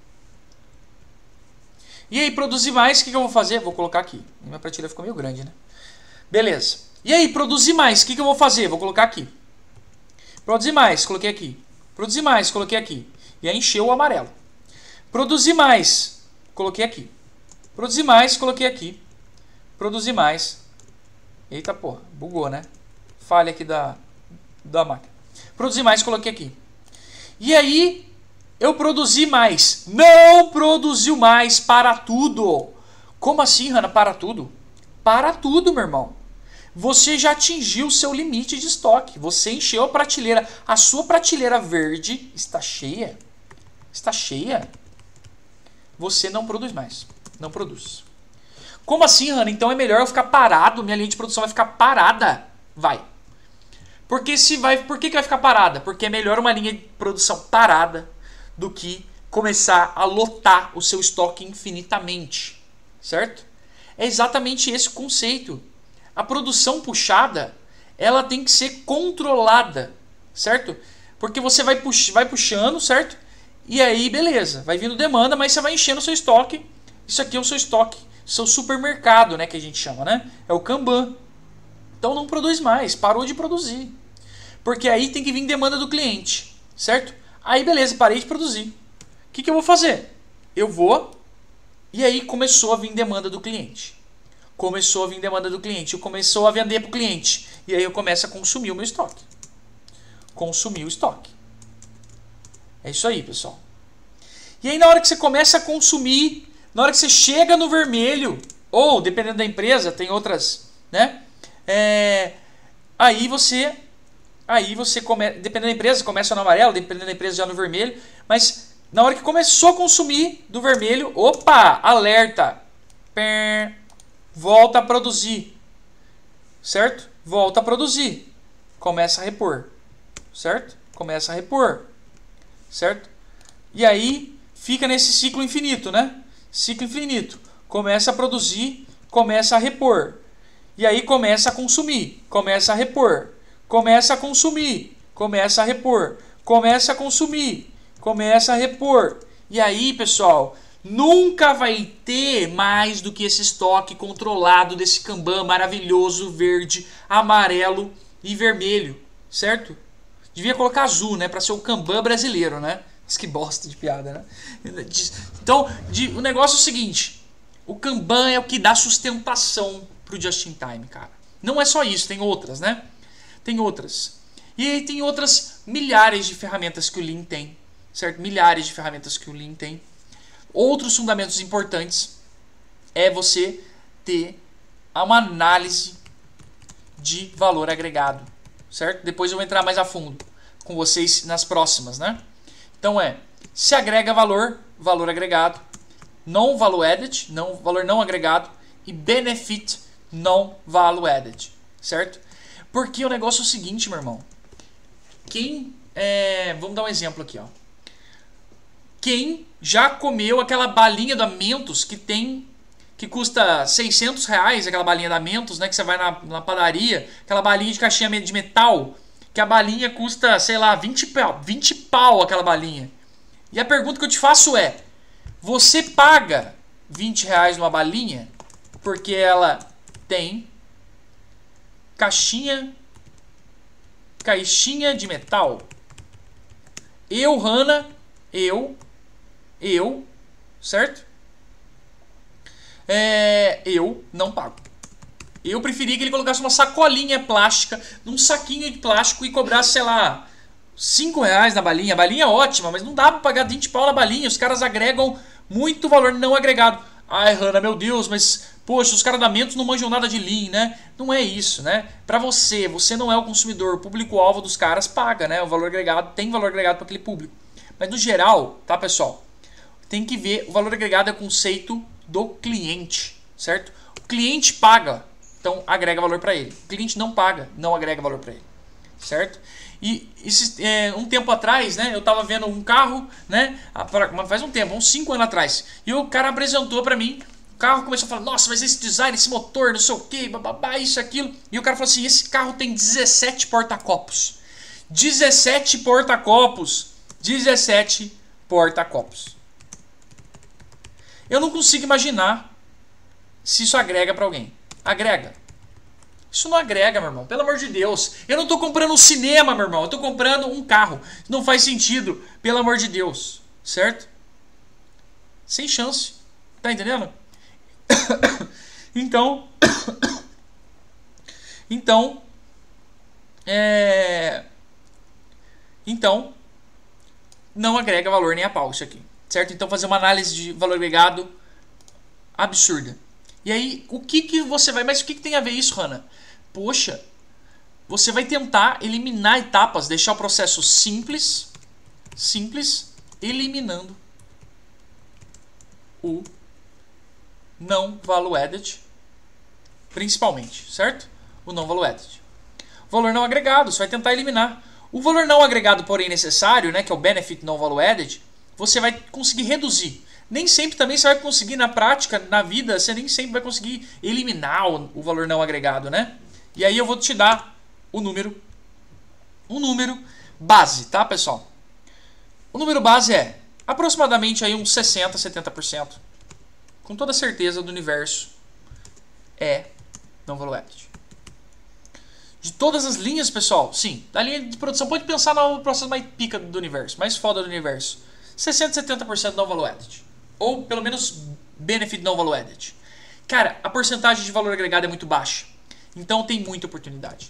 E aí, produzir mais, o que eu vou fazer? Vou colocar aqui. Minha prateleira ficou meio grande, né? Beleza. E aí, produzir mais, o que eu vou fazer? Vou colocar aqui. Produzir mais, coloquei aqui. Produzir mais, coloquei aqui. E aí encheu o amarelo. Produzir mais, coloquei aqui. Produzir mais, coloquei aqui. Produzir mais. Eita porra, bugou, né? Falha aqui da máquina. Produzir mais, coloquei aqui. E aí, eu produzi mais. Não produziu mais para tudo. Como assim, Hanna? Para tudo? Para tudo, meu irmão. Você já atingiu o seu limite de estoque. Você encheu a prateleira. A sua prateleira verde está cheia. Está cheia. Você não produz mais. Não produz. Como assim, Hanna? Então é melhor eu ficar parado. Minha linha de produção vai ficar parada. Vai. Por que vai ficar parada? Porque é melhor uma linha de produção parada do que começar a lotar o seu estoque infinitamente, certo? É exatamente esse o conceito. A produção puxada, ela tem que ser controlada, certo? Porque você vai puxando, certo? E aí, beleza, vai vindo demanda, mas você vai enchendo o seu estoque. Isso aqui é o seu estoque, seu supermercado, né, que a gente chama, né? É o Kanban. Então não produz mais, parou de produzir. Porque aí tem que vir demanda do cliente, certo? Aí beleza, parei de produzir. O que eu vou fazer? Eu vou... E aí começou a vir demanda do cliente. Começou a vir demanda do cliente. Começou a vender para o cliente. E aí eu começo a consumir o meu estoque. Consumir o estoque. É isso aí, pessoal. E aí na hora que você começa a consumir, na hora que você chega no vermelho, ou dependendo da empresa, tem outras, né? Aí você dependendo da empresa, começa no amarelo, dependendo da empresa já no vermelho, mas na hora que começou a consumir do vermelho, opa, alerta, volta a produzir, certo? Volta a produzir, começa a repor, certo? Começa a repor, certo? E aí fica nesse ciclo infinito, né? Ciclo infinito, começa a produzir, começa a repor, e aí começa a consumir, começa a repor. Começa a consumir, começa a repor, começa a consumir, começa a repor. E aí, pessoal, nunca vai ter mais do que esse estoque controlado desse Kanban maravilhoso, verde, amarelo e vermelho, certo? Devia colocar azul, né, para ser o Kanban brasileiro, né? Mas que bosta de piada, né? Então, o negócio é o seguinte, o Kanban é o que dá sustentação pro Just in Time, cara. Não é só isso, tem outras, né? Tem outras. E aí tem outras milhares de ferramentas que o Lean tem, certo? Milhares de ferramentas que o Lean tem. Outros fundamentos importantes é você ter uma análise de valor agregado, certo? Depois eu vou entrar mais a fundo com vocês nas próximas, né? Então se agrega valor, valor agregado, non value added, valor não agregado e benefit non value added, certo? Porque o negócio é o seguinte, meu irmão. Vamos dar um exemplo aqui, ó. Quem já comeu aquela balinha da Mentos que custa R$600, aquela balinha da Mentos, né? Que você vai na padaria, aquela balinha de caixinha de metal, que a balinha custa, sei lá, 20 pau aquela balinha. E a pergunta que eu te faço é, você paga R$20 numa balinha porque ela tem caixinha de metal? Eu, Hanna, certo? eu não pago. Eu preferia que ele colocasse uma sacolinha plástica, num saquinho de plástico e cobrasse, sei lá, R$ 5 na balinha. A balinha é ótima, mas não dá pra pagar 20 pau na balinha. Os caras agregam muito valor não agregado. Ai, Hanna, meu Deus, mas, poxa, os caras da Mentos não manjam nada de Lean, né? Não é isso, né? Pra você não é o consumidor, o público-alvo dos caras paga, né? O valor agregado, tem valor agregado para aquele público. Mas no geral, tá, pessoal? Tem que ver, o valor agregado é o conceito do cliente, certo? O cliente paga, então agrega valor para ele. O cliente não paga, não agrega valor para ele, certo? E um tempo atrás, né, eu tava vendo um carro, né, faz um tempo, uns 5 anos atrás, e o cara apresentou para mim, o carro começou a falar, nossa, mas esse design, esse motor, não sei o que, bababá, isso, aquilo, e o cara falou assim, esse carro tem 17 porta-copos, 17 porta-copos, 17 porta-copos. Eu não consigo imaginar se isso agrega para alguém. Agrega. Isso não agrega, meu irmão. Pelo amor de Deus. Eu não tô comprando um cinema, meu irmão. Eu tô comprando um carro. Não faz sentido. Pelo amor de Deus. Certo? Sem chance. Tá entendendo? Então... Então, não agrega valor nem a pau isso aqui. Certo? Então fazer uma análise de valor agregado absurda. E aí, o que você vai... Mas o que tem a ver isso, Hanna? Poxa, você vai tentar eliminar etapas, deixar o processo simples, eliminando o não value added, principalmente, certo? O não value added. O valor não agregado, você vai tentar eliminar. O valor não agregado, porém necessário, né, que é o benefit non value added, você vai conseguir reduzir. Nem sempre também você vai conseguir na prática, na vida, você nem sempre vai conseguir eliminar o valor não agregado, né? E aí eu vou te dar um número base, tá, pessoal? O número base é aproximadamente aí uns 60%, 70%. Com toda certeza do universo é não value added. De todas as linhas, pessoal, sim, da linha de produção, pode pensar no processo mais pica do universo, mais foda do universo. 60%, 70% não value added. Ou pelo menos benefit não value added. Cara, a porcentagem de valor agregado é muito baixa. Então tem muita oportunidade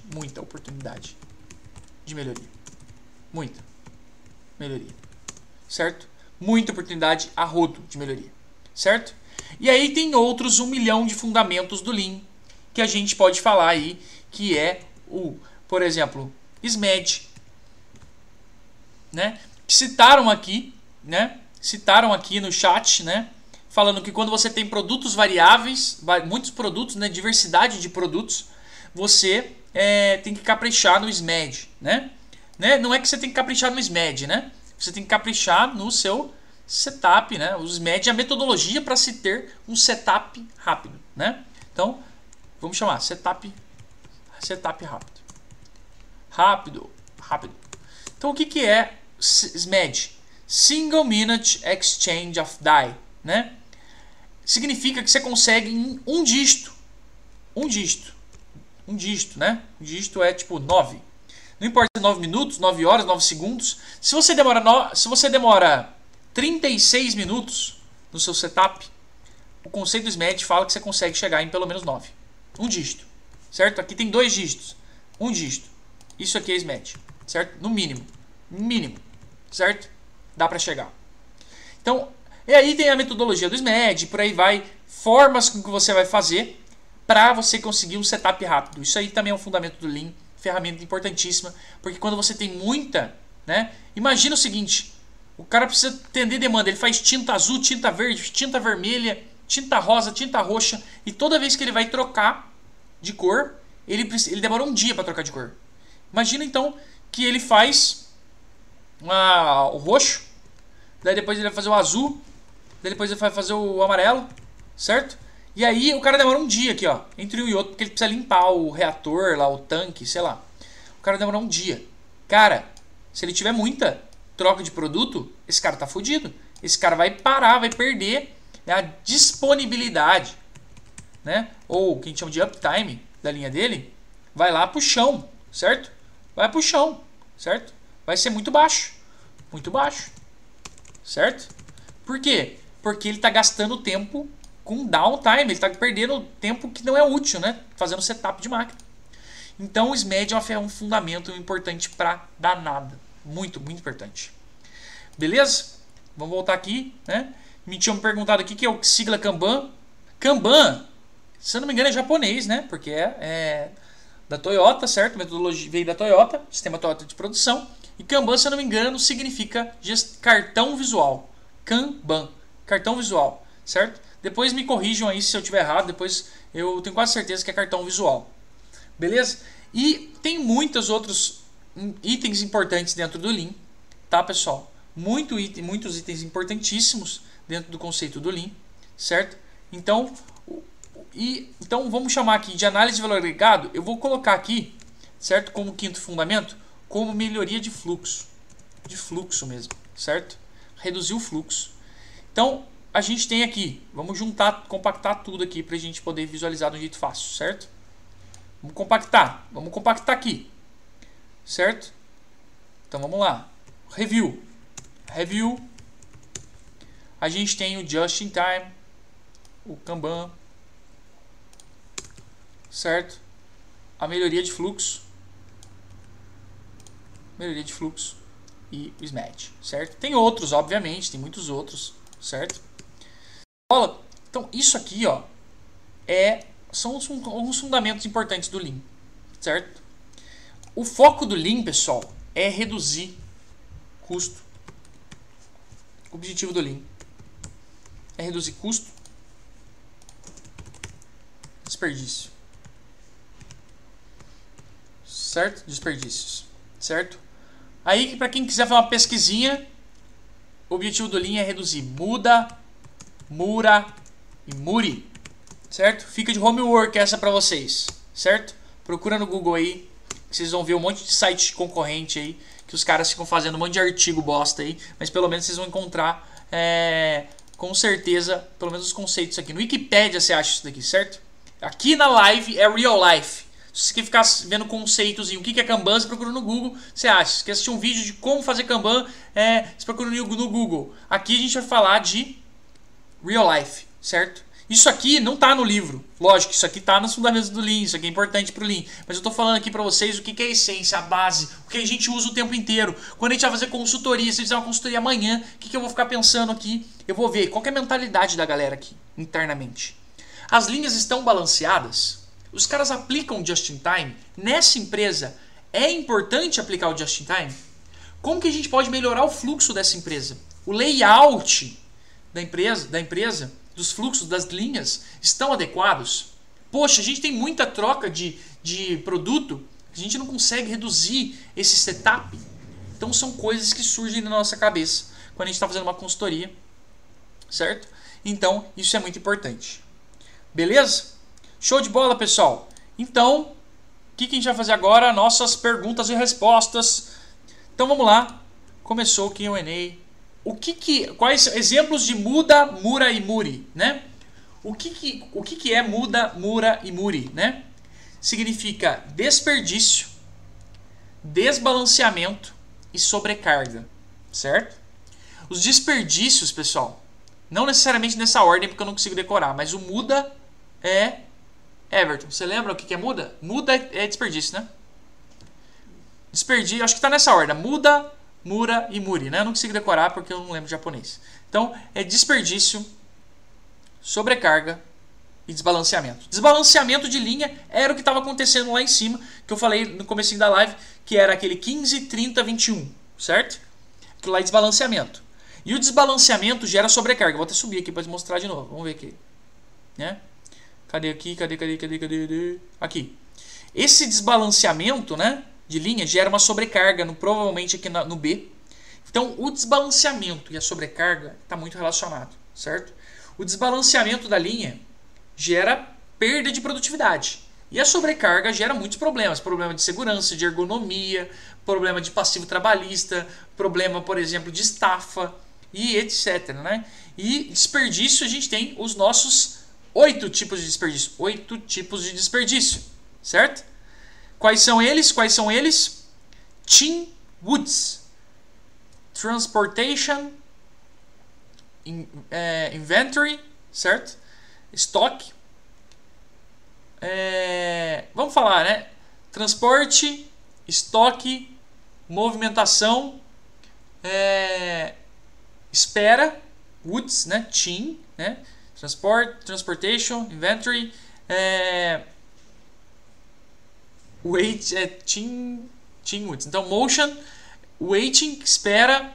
de melhoria. Muita melhoria. Certo? Muita oportunidade a rodo de melhoria. Certo? E aí tem outros 1 milhão de fundamentos do Lean que a gente pode falar aí, que é por exemplo, SMAD, né? Citaram aqui no chat, né? Falando que quando você tem produtos variáveis, muitos produtos, né? Diversidade de produtos, você tem que caprichar no SMAD, né? Não é que você tem que caprichar no SMAD, né? Você tem que caprichar no seu setup, né? O SMAD é a metodologia para se ter um setup rápido, né? Então, vamos chamar setup rápido. Então, o que é SMAD? Single Minute Exchange of Die, né? Significa que você consegue em um dígito, né? Um dígito é tipo 9. Não importa se é 9 minutos, 9 horas, 9 segundos. Se você demora 36 minutos no seu setup, o conceito do SMAD fala que você consegue chegar em pelo menos 9. Um dígito, certo? Aqui tem 2 dígitos. Um dígito. Isso aqui é SMAD, certo? No mínimo. Certo? Dá para chegar. Então, e aí tem a metodologia do SMAD, por aí vai, formas com que você vai fazer para você conseguir um setup rápido. Isso aí também é um fundamento do Lean, ferramenta importantíssima, porque quando você tem muita, né? Imagina o seguinte, o cara precisa atender demanda, ele faz tinta azul, tinta verde, tinta vermelha, tinta rosa, tinta roxa, e toda vez que ele vai trocar de cor, ele demora um dia para trocar de cor. Imagina então que ele faz o roxo, daí depois ele vai fazer o azul, daí depois ele vai fazer o amarelo, certo? E aí o cara demora um dia aqui, ó, entre um e outro, porque ele precisa limpar o reator lá, o tanque, sei lá. O cara demora um dia. Cara, se ele tiver muita troca de produto, esse cara tá fudido. Esse cara vai parar, vai perder a disponibilidade, né? Ou o que a gente chama de uptime da linha dele, vai lá pro chão, certo? Vai pro chão, certo? Vai ser muito baixo, certo? Por quê? Porque ele está gastando tempo com downtime, ele está perdendo tempo que não é útil, né? Fazendo setup de máquina. Então o SMED é um fundamento importante para danada. Muito, muito importante. Beleza? Vamos voltar aqui, né? Me tinham perguntado aqui que é o sigla Kanban. Kanban, se eu não me engano, é japonês, né? Porque é da Toyota, certo? A metodologia veio da Toyota, sistema Toyota de produção. E Kanban, se eu não me engano, significa cartão visual. Kanban, cartão visual, certo? Depois me corrijam aí se eu estiver errado, depois eu tenho quase certeza que é cartão visual. Beleza? E tem muitos outros itens importantes dentro do Lean, tá, pessoal? Muitos itens importantíssimos dentro do conceito do Lean, certo? Então vamos chamar aqui de análise de valor agregado. Eu vou colocar aqui, certo, como quinto fundamento, como melhoria de fluxo mesmo, certo? Reduzir o fluxo. Então a gente tem aqui, vamos compactar tudo aqui para a gente poder visualizar de um jeito fácil, certo? Vamos compactar aqui, certo? Então vamos lá, review. A gente tem o just in time, o Kanban, certo? A melhoria de fluxo e o SMED, certo? Tem outros, obviamente, tem muitos outros, certo? Então isso aqui, ó, são alguns fundamentos importantes do Lean, certo? O foco do Lean, pessoal, é reduzir custo. O objetivo do Lean é reduzir custo, desperdício, certo? Desperdícios, certo? Aí, para quem quiser fazer uma pesquisinha, o objetivo do Lean é reduzir muda, mura e muri, certo? Fica de homework essa para vocês, certo? Procura no Google aí, que vocês vão ver um monte de site concorrente aí, que os caras ficam fazendo um monte de artigo bosta aí, mas pelo menos vocês vão encontrar, com certeza, pelo menos os conceitos aqui. No Wikipedia você acha isso daqui, certo? Aqui na live é real life. Se você quer ficar vendo conceitos e o que é Kanban, você procura no Google, você acha. Se quer assistir um vídeo de como fazer Kanban, você procura no Google. Aqui a gente vai falar de real life, certo? Isso aqui não está no livro. Lógico, isso aqui está nos fundamentos do Lean, isso aqui é importante para o Lean. Mas eu estou falando aqui para vocês o que é a essência, a base, o que a gente usa o tempo inteiro. Quando a gente vai fazer consultoria, se eu fizer uma consultoria amanhã, o que eu vou ficar pensando aqui? Eu vou ver qual que é a mentalidade da galera aqui, internamente. As linhas estão balanceadas? Os caras aplicam o just-in-time? Nessa empresa, é importante aplicar o just-in-time? Como que a gente pode melhorar o fluxo dessa empresa? O layout da empresa, dos fluxos, das linhas, estão adequados? Poxa, a gente tem muita troca de produto, a gente não consegue reduzir esse setup. Então são coisas que surgem na nossa cabeça quando a gente está fazendo uma consultoria, certo? Então isso é muito importante. Beleza? Show de bola, pessoal. Então, o que a gente vai fazer agora? Nossas perguntas e respostas. Então vamos lá. Começou o Q&A. Quais exemplos de muda, mura e muri, né? O que é muda, mura e muri, né? Significa desperdício, desbalanceamento e sobrecarga, certo? Os desperdícios, pessoal, não necessariamente nessa ordem porque eu não consigo decorar, mas o muda é Everton. Você lembra o que é muda? Muda é desperdício, né? Desperdício, acho que está nessa ordem. Muda, mura e muri, né? Eu não consigo decorar porque eu não lembro japonês. Então, é desperdício, sobrecarga e desbalanceamento. Desbalanceamento de linha era o que estava acontecendo lá em cima, que eu falei no comecinho da live, que era aquele 15, 30, 21, certo? Aquilo lá é desbalanceamento. E o desbalanceamento gera sobrecarga. Vou até subir aqui para mostrar de novo. Vamos ver aqui. Né? Cadê aqui? Cadê? Aqui. Esse desbalanceamento, né, de linha gera uma sobrecarga, provavelmente aqui no B. Então, o desbalanceamento e a sobrecarga está muito relacionado, certo? O desbalanceamento da linha gera perda de produtividade. E a sobrecarga gera muitos problemas. Problema de segurança, de ergonomia, problema de passivo trabalhista, problema, por exemplo, de estafa e etc. Né? E desperdício, a gente tem os nossos 8 tipos de desperdício. 8 tipos de desperdício, certo? Quais são eles? Team Woods, Transportation, Inventory, certo? estoque, vamos falar, né? Transporte, estoque, movimentação, espera, goods, né? Team, né? Transportation, inventory, wait, team goods. Então, motion, waiting, espera,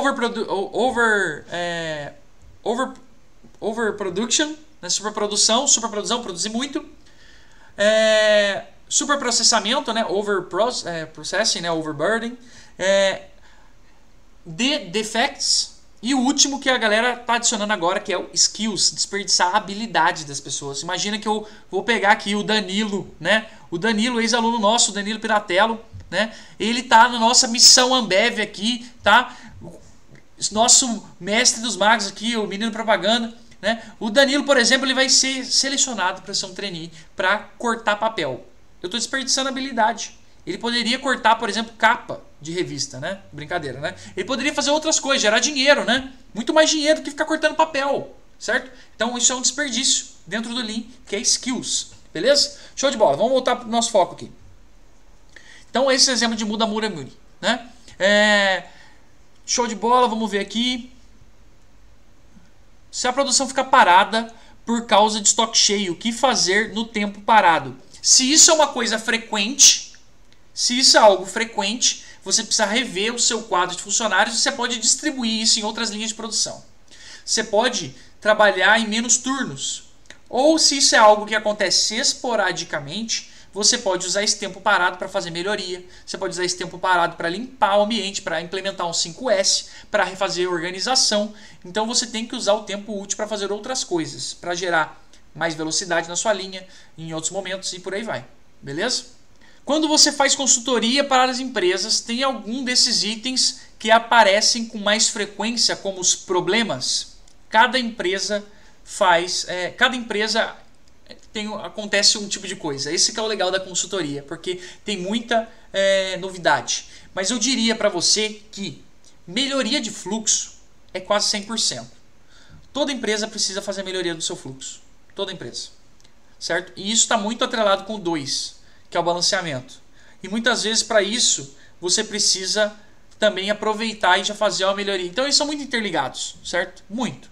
overproduction, né? Superprodução, produzir muito, superprocessamento, né? Processing, né? Overburden, defects, e o último que a galera tá adicionando agora, que é o skills, desperdiçar a habilidade das pessoas. Imagina que eu vou pegar aqui o Danilo, né? O Danilo, ex-aluno nosso, o Danilo Piratello, né? Ele tá na nossa missão Ambev aqui, tá? Nosso mestre dos magos aqui, o menino propaganda, né? O Danilo, por exemplo, ele vai ser selecionado para ser um trainee para cortar papel. Eu estou desperdiçando habilidade. Ele poderia cortar, por exemplo, capa de revista, né? Brincadeira, né? Ele poderia fazer outras coisas, gerar dinheiro, né? Muito mais dinheiro do que ficar cortando papel, certo? Então isso é um desperdício dentro do Lean, que é skills, beleza? Show de bola. Vamos voltar para o nosso foco aqui. Então esse exemplo de Muda-Muri, né? Show de bola, vamos ver aqui. Se a produção ficar parada por causa de estoque cheio, o que fazer no tempo parado? Se isso é uma coisa frequente, se isso é algo frequente, você precisa rever o seu quadro de funcionários e você pode distribuir isso em outras linhas de produção. Você pode trabalhar em menos turnos. Ou se isso é algo que acontece esporadicamente, você pode usar esse tempo parado para fazer melhoria. Você pode usar esse tempo parado para limpar o ambiente, para implementar um 5S, para refazer a organização. Então você tem que usar o tempo útil para fazer outras coisas, para gerar mais velocidade na sua linha, em outros momentos e por aí vai. Beleza? Quando você faz consultoria para as empresas, tem algum desses itens que aparecem com mais frequência, como os problemas? Cada empresa acontece um tipo de coisa. Esse que é o legal da consultoria, porque tem muita novidade. Mas eu diria para você que melhoria de fluxo é quase 100%. Toda empresa precisa fazer melhoria do seu fluxo. Toda empresa. Certo? E isso está muito atrelado com o 2, que é o balanceamento. E muitas vezes para isso você precisa também aproveitar e já fazer uma melhoria. Então eles são muito interligados, certo? Muito.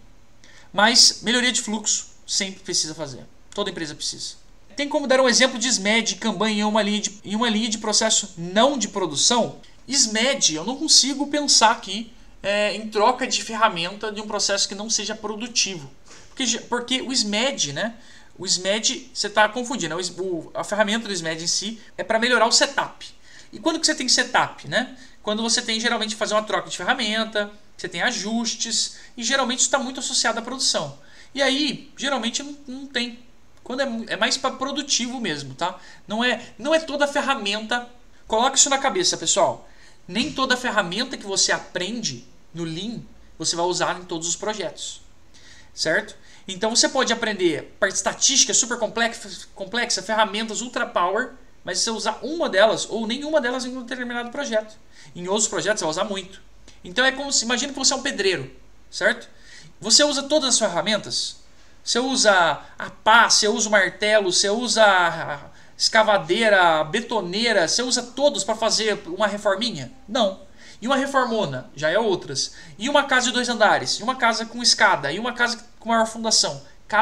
Mas melhoria de fluxo sempre precisa fazer. Toda empresa precisa. Tem como dar um exemplo de SMED, Kanban em uma linha de processo não de produção? SMED, eu não consigo pensar aqui em troca de ferramenta de um processo que não seja produtivo. Porque o SMED, né? O SMED, você está confundindo. A ferramenta do SMED em si é para melhorar o setup. E quando que você tem setup, né? Quando você tem geralmente fazer uma troca de ferramenta, você tem ajustes, e geralmente isso está muito associado à produção. E aí, geralmente não tem. Quando é mais para produtivo mesmo, tá? Não é toda ferramenta. Coloque isso na cabeça, pessoal. Nem toda ferramenta que você aprende no Lean, você vai usar em todos os projetos. Certo? Então você pode aprender parte estatística super complexa, ferramentas ultra power, mas você usar uma delas ou nenhuma delas em um determinado projeto. Em outros projetos você vai usar muito. Então é como se, imagina que você é um pedreiro, certo? Você usa todas as ferramentas. Você usa a pá, você usa o martelo, você usa a escavadeira, a betoneira, você usa todos para fazer uma reforminha? Não. E uma reformona? Já é outras. E uma casa de 2 andares? E uma casa com escada? E uma casa com maior fundação?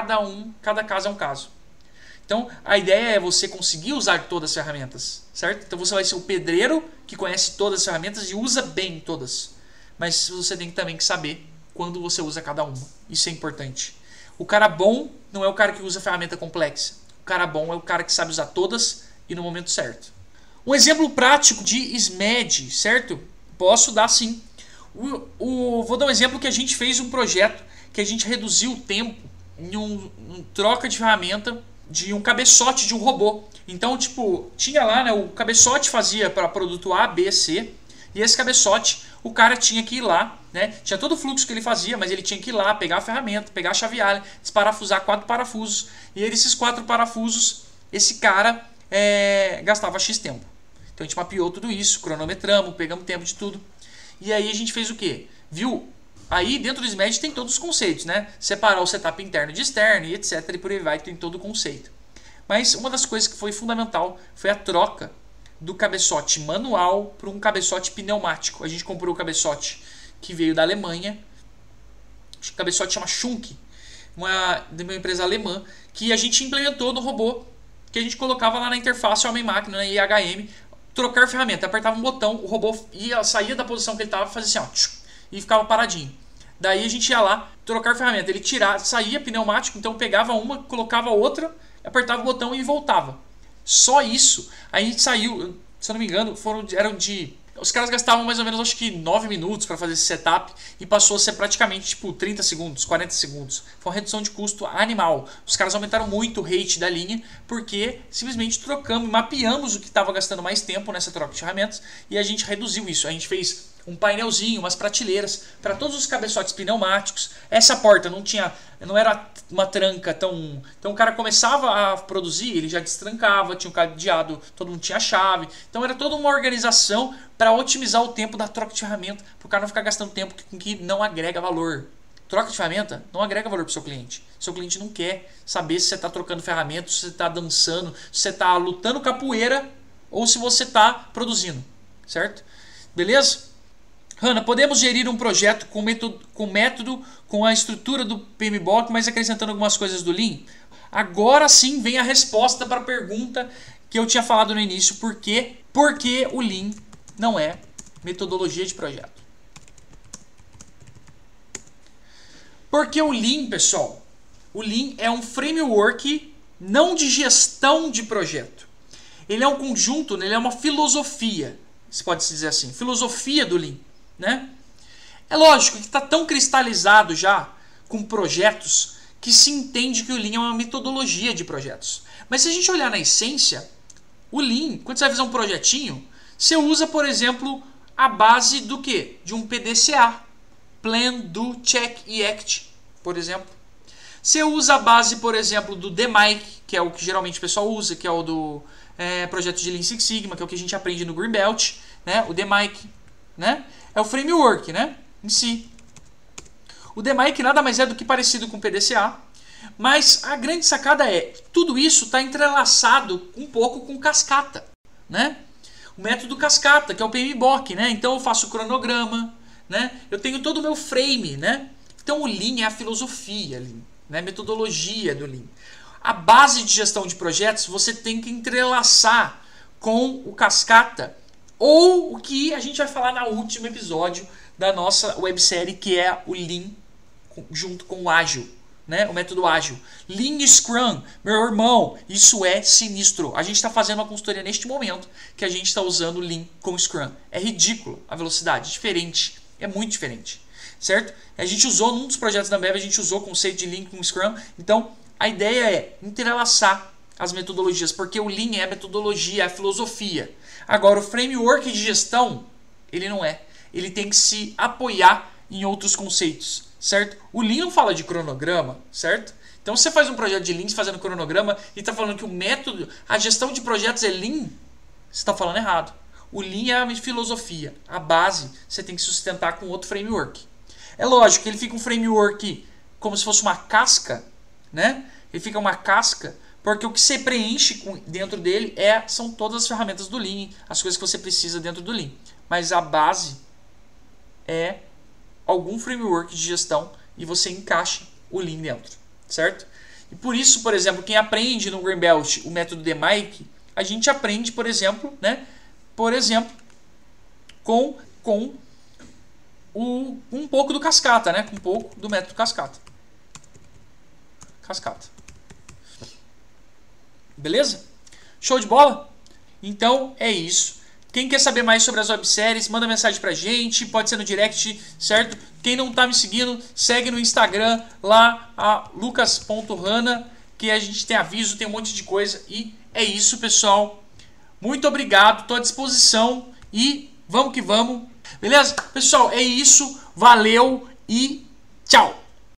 Cada caso é um caso. Então, a ideia é você conseguir usar todas as ferramentas, certo? Então, você vai ser o pedreiro que conhece todas as ferramentas e usa bem todas. Mas você tem também que saber quando você usa cada uma. Isso é importante. O cara bom não é o cara que usa ferramenta complexa. O cara bom é o cara que sabe usar todas e no momento certo. Um exemplo prático de SMED, certo? Posso dar sim. Vou dar um exemplo que a gente fez um projeto que a gente reduziu o tempo em um troca de ferramenta de um cabeçote de um robô. Então, tipo, tinha lá, né, o cabeçote fazia para produto A, B, C, e esse cabeçote, o cara tinha que ir lá, né, tinha todo o fluxo que ele fazia, mas ele tinha que ir lá, pegar a ferramenta, pegar a chavealha, desparafusar 4 parafusos, e esses 4 parafusos, esse cara gastava X tempo. Então a gente mapeou tudo isso, cronometramos, pegamos tempo de tudo. E aí a gente fez o quê? Viu Aí dentro do SMED tem todos os conceitos, né? Separar o setup interno de externo e etc. E por aí vai, tem todo o conceito. Mas uma das coisas que foi fundamental foi a troca do cabeçote manual para um cabeçote pneumático. A gente comprou o cabeçote que veio da Alemanha. O cabeçote chama Schunk, de uma empresa alemã, que a gente implementou no robô, que a gente colocava lá na interface homem-máquina, na IHM, trocar ferramenta. Apertava um botão, o robô saía da posição que ele estava, fazia assim, ó, e ficava paradinho. Daí a gente ia lá, trocar ferramenta. Ele saía pneumático, então pegava uma, colocava outra, apertava o botão e voltava. Só isso. Aí a gente saiu, se eu não me engano, os caras gastavam mais ou menos, acho que 9 minutos para fazer esse setup e passou a ser praticamente tipo 30 segundos, 40 segundos. Foi uma redução de custo animal. Os caras aumentaram muito o rate da linha porque simplesmente trocamos, mapeamos o que estava gastando mais tempo nessa troca de ferramentas e a gente reduziu isso. A gente fez um painelzinho, umas prateleiras para todos os cabeçotes pneumáticos. Essa porta não era uma tranca tão... Então o cara começava a produzir, ele já destrancava, tinha um cadeado, todo mundo tinha a chave. Então era toda uma organização para otimizar o tempo da troca de ferramenta, para o cara não ficar gastando tempo que não agrega valor. Troca de ferramenta não agrega valor para o seu cliente. Seu cliente não quer saber se você está trocando ferramenta, se você está dançando, se você está lutando capoeira ou se você está produzindo. Certo? Beleza? Hanna, podemos gerir um projeto com método, com a estrutura do PMBOK, mas acrescentando algumas coisas do Lean? Agora sim vem a resposta para a pergunta que eu tinha falado no início. Por que o Lean não é metodologia de projeto? Porque o Lean, pessoal, o Lean é um framework não de gestão de projeto. Ele é um conjunto, ele é uma filosofia, se pode se dizer assim, filosofia do Lean. Né? É lógico que está tão cristalizado já com projetos que se entende que o Lean é uma metodologia de projetos. Mas se a gente olhar na essência, o Lean, quando você vai fazer um projetinho, você usa, por exemplo, a base do quê? De um PDCA. Plan, Do, Check e Act, por exemplo. Você usa a base, por exemplo, do DMAIC, que é o que geralmente o pessoal usa, que é o do projeto de Lean Six Sigma, que é o que a gente aprende no Green Belt, né? O DMAIC, né? É o framework, né? Em si. O DMAIC nada mais é do que parecido com o PDCA, mas a grande sacada é tudo isso está entrelaçado um pouco com cascata, né? O método cascata, que é o PMBOK, né? Então eu faço o cronograma, né? Eu tenho todo o meu frame, né? Então o Lean é a filosofia, né? A metodologia do Lean. A base de gestão de projetos você tem que entrelaçar com o cascata, ou o que a gente vai falar no último episódio da nossa websérie, que é o Lean junto com o Ágil, né? O método Ágil. Lean e Scrum, meu irmão, isso é sinistro. A gente está fazendo uma consultoria neste momento que a gente está usando Lean com Scrum. É ridículo a velocidade, diferente, é muito diferente, certo? A gente usou, num dos projetos da Ambev, a gente usou o conceito de Lean com Scrum. Então, a ideia é entrelaçar as metodologias, porque o Lean é a metodologia, é a filosofia. Agora, o framework de gestão, ele não é. Ele tem que se apoiar em outros conceitos, certo? O Lean não fala de cronograma, certo? Então, se você faz um projeto de Lean fazendo cronograma e está falando que o método, a gestão de projetos é Lean, você está falando errado. O Lean é a filosofia. A base você tem que sustentar com outro framework. É lógico que ele fica um framework como se fosse uma casca, né? Ele fica uma casca, porque o que você preenche dentro dele são todas as ferramentas do Lean, as coisas que você precisa dentro do Lean. Mas a base é algum framework de gestão e você encaixa o Lean dentro, certo? E por isso, por exemplo, quem aprende no Green Belt o método DMAIC, a gente aprende, por exemplo, né? Com um pouco do cascata, né? Com um pouco do método cascata. Beleza? Show de bola? Então é isso. Quem quer saber mais sobre as webséries, manda mensagem pra gente, pode ser no direct, certo? Quem não tá me seguindo, segue no Instagram, lá, a lucas.hanna, que a gente tem aviso, tem um monte de coisa. E é isso, pessoal. Muito obrigado, tô à disposição e vamos que vamos. Beleza? Pessoal, é isso. Valeu e tchau!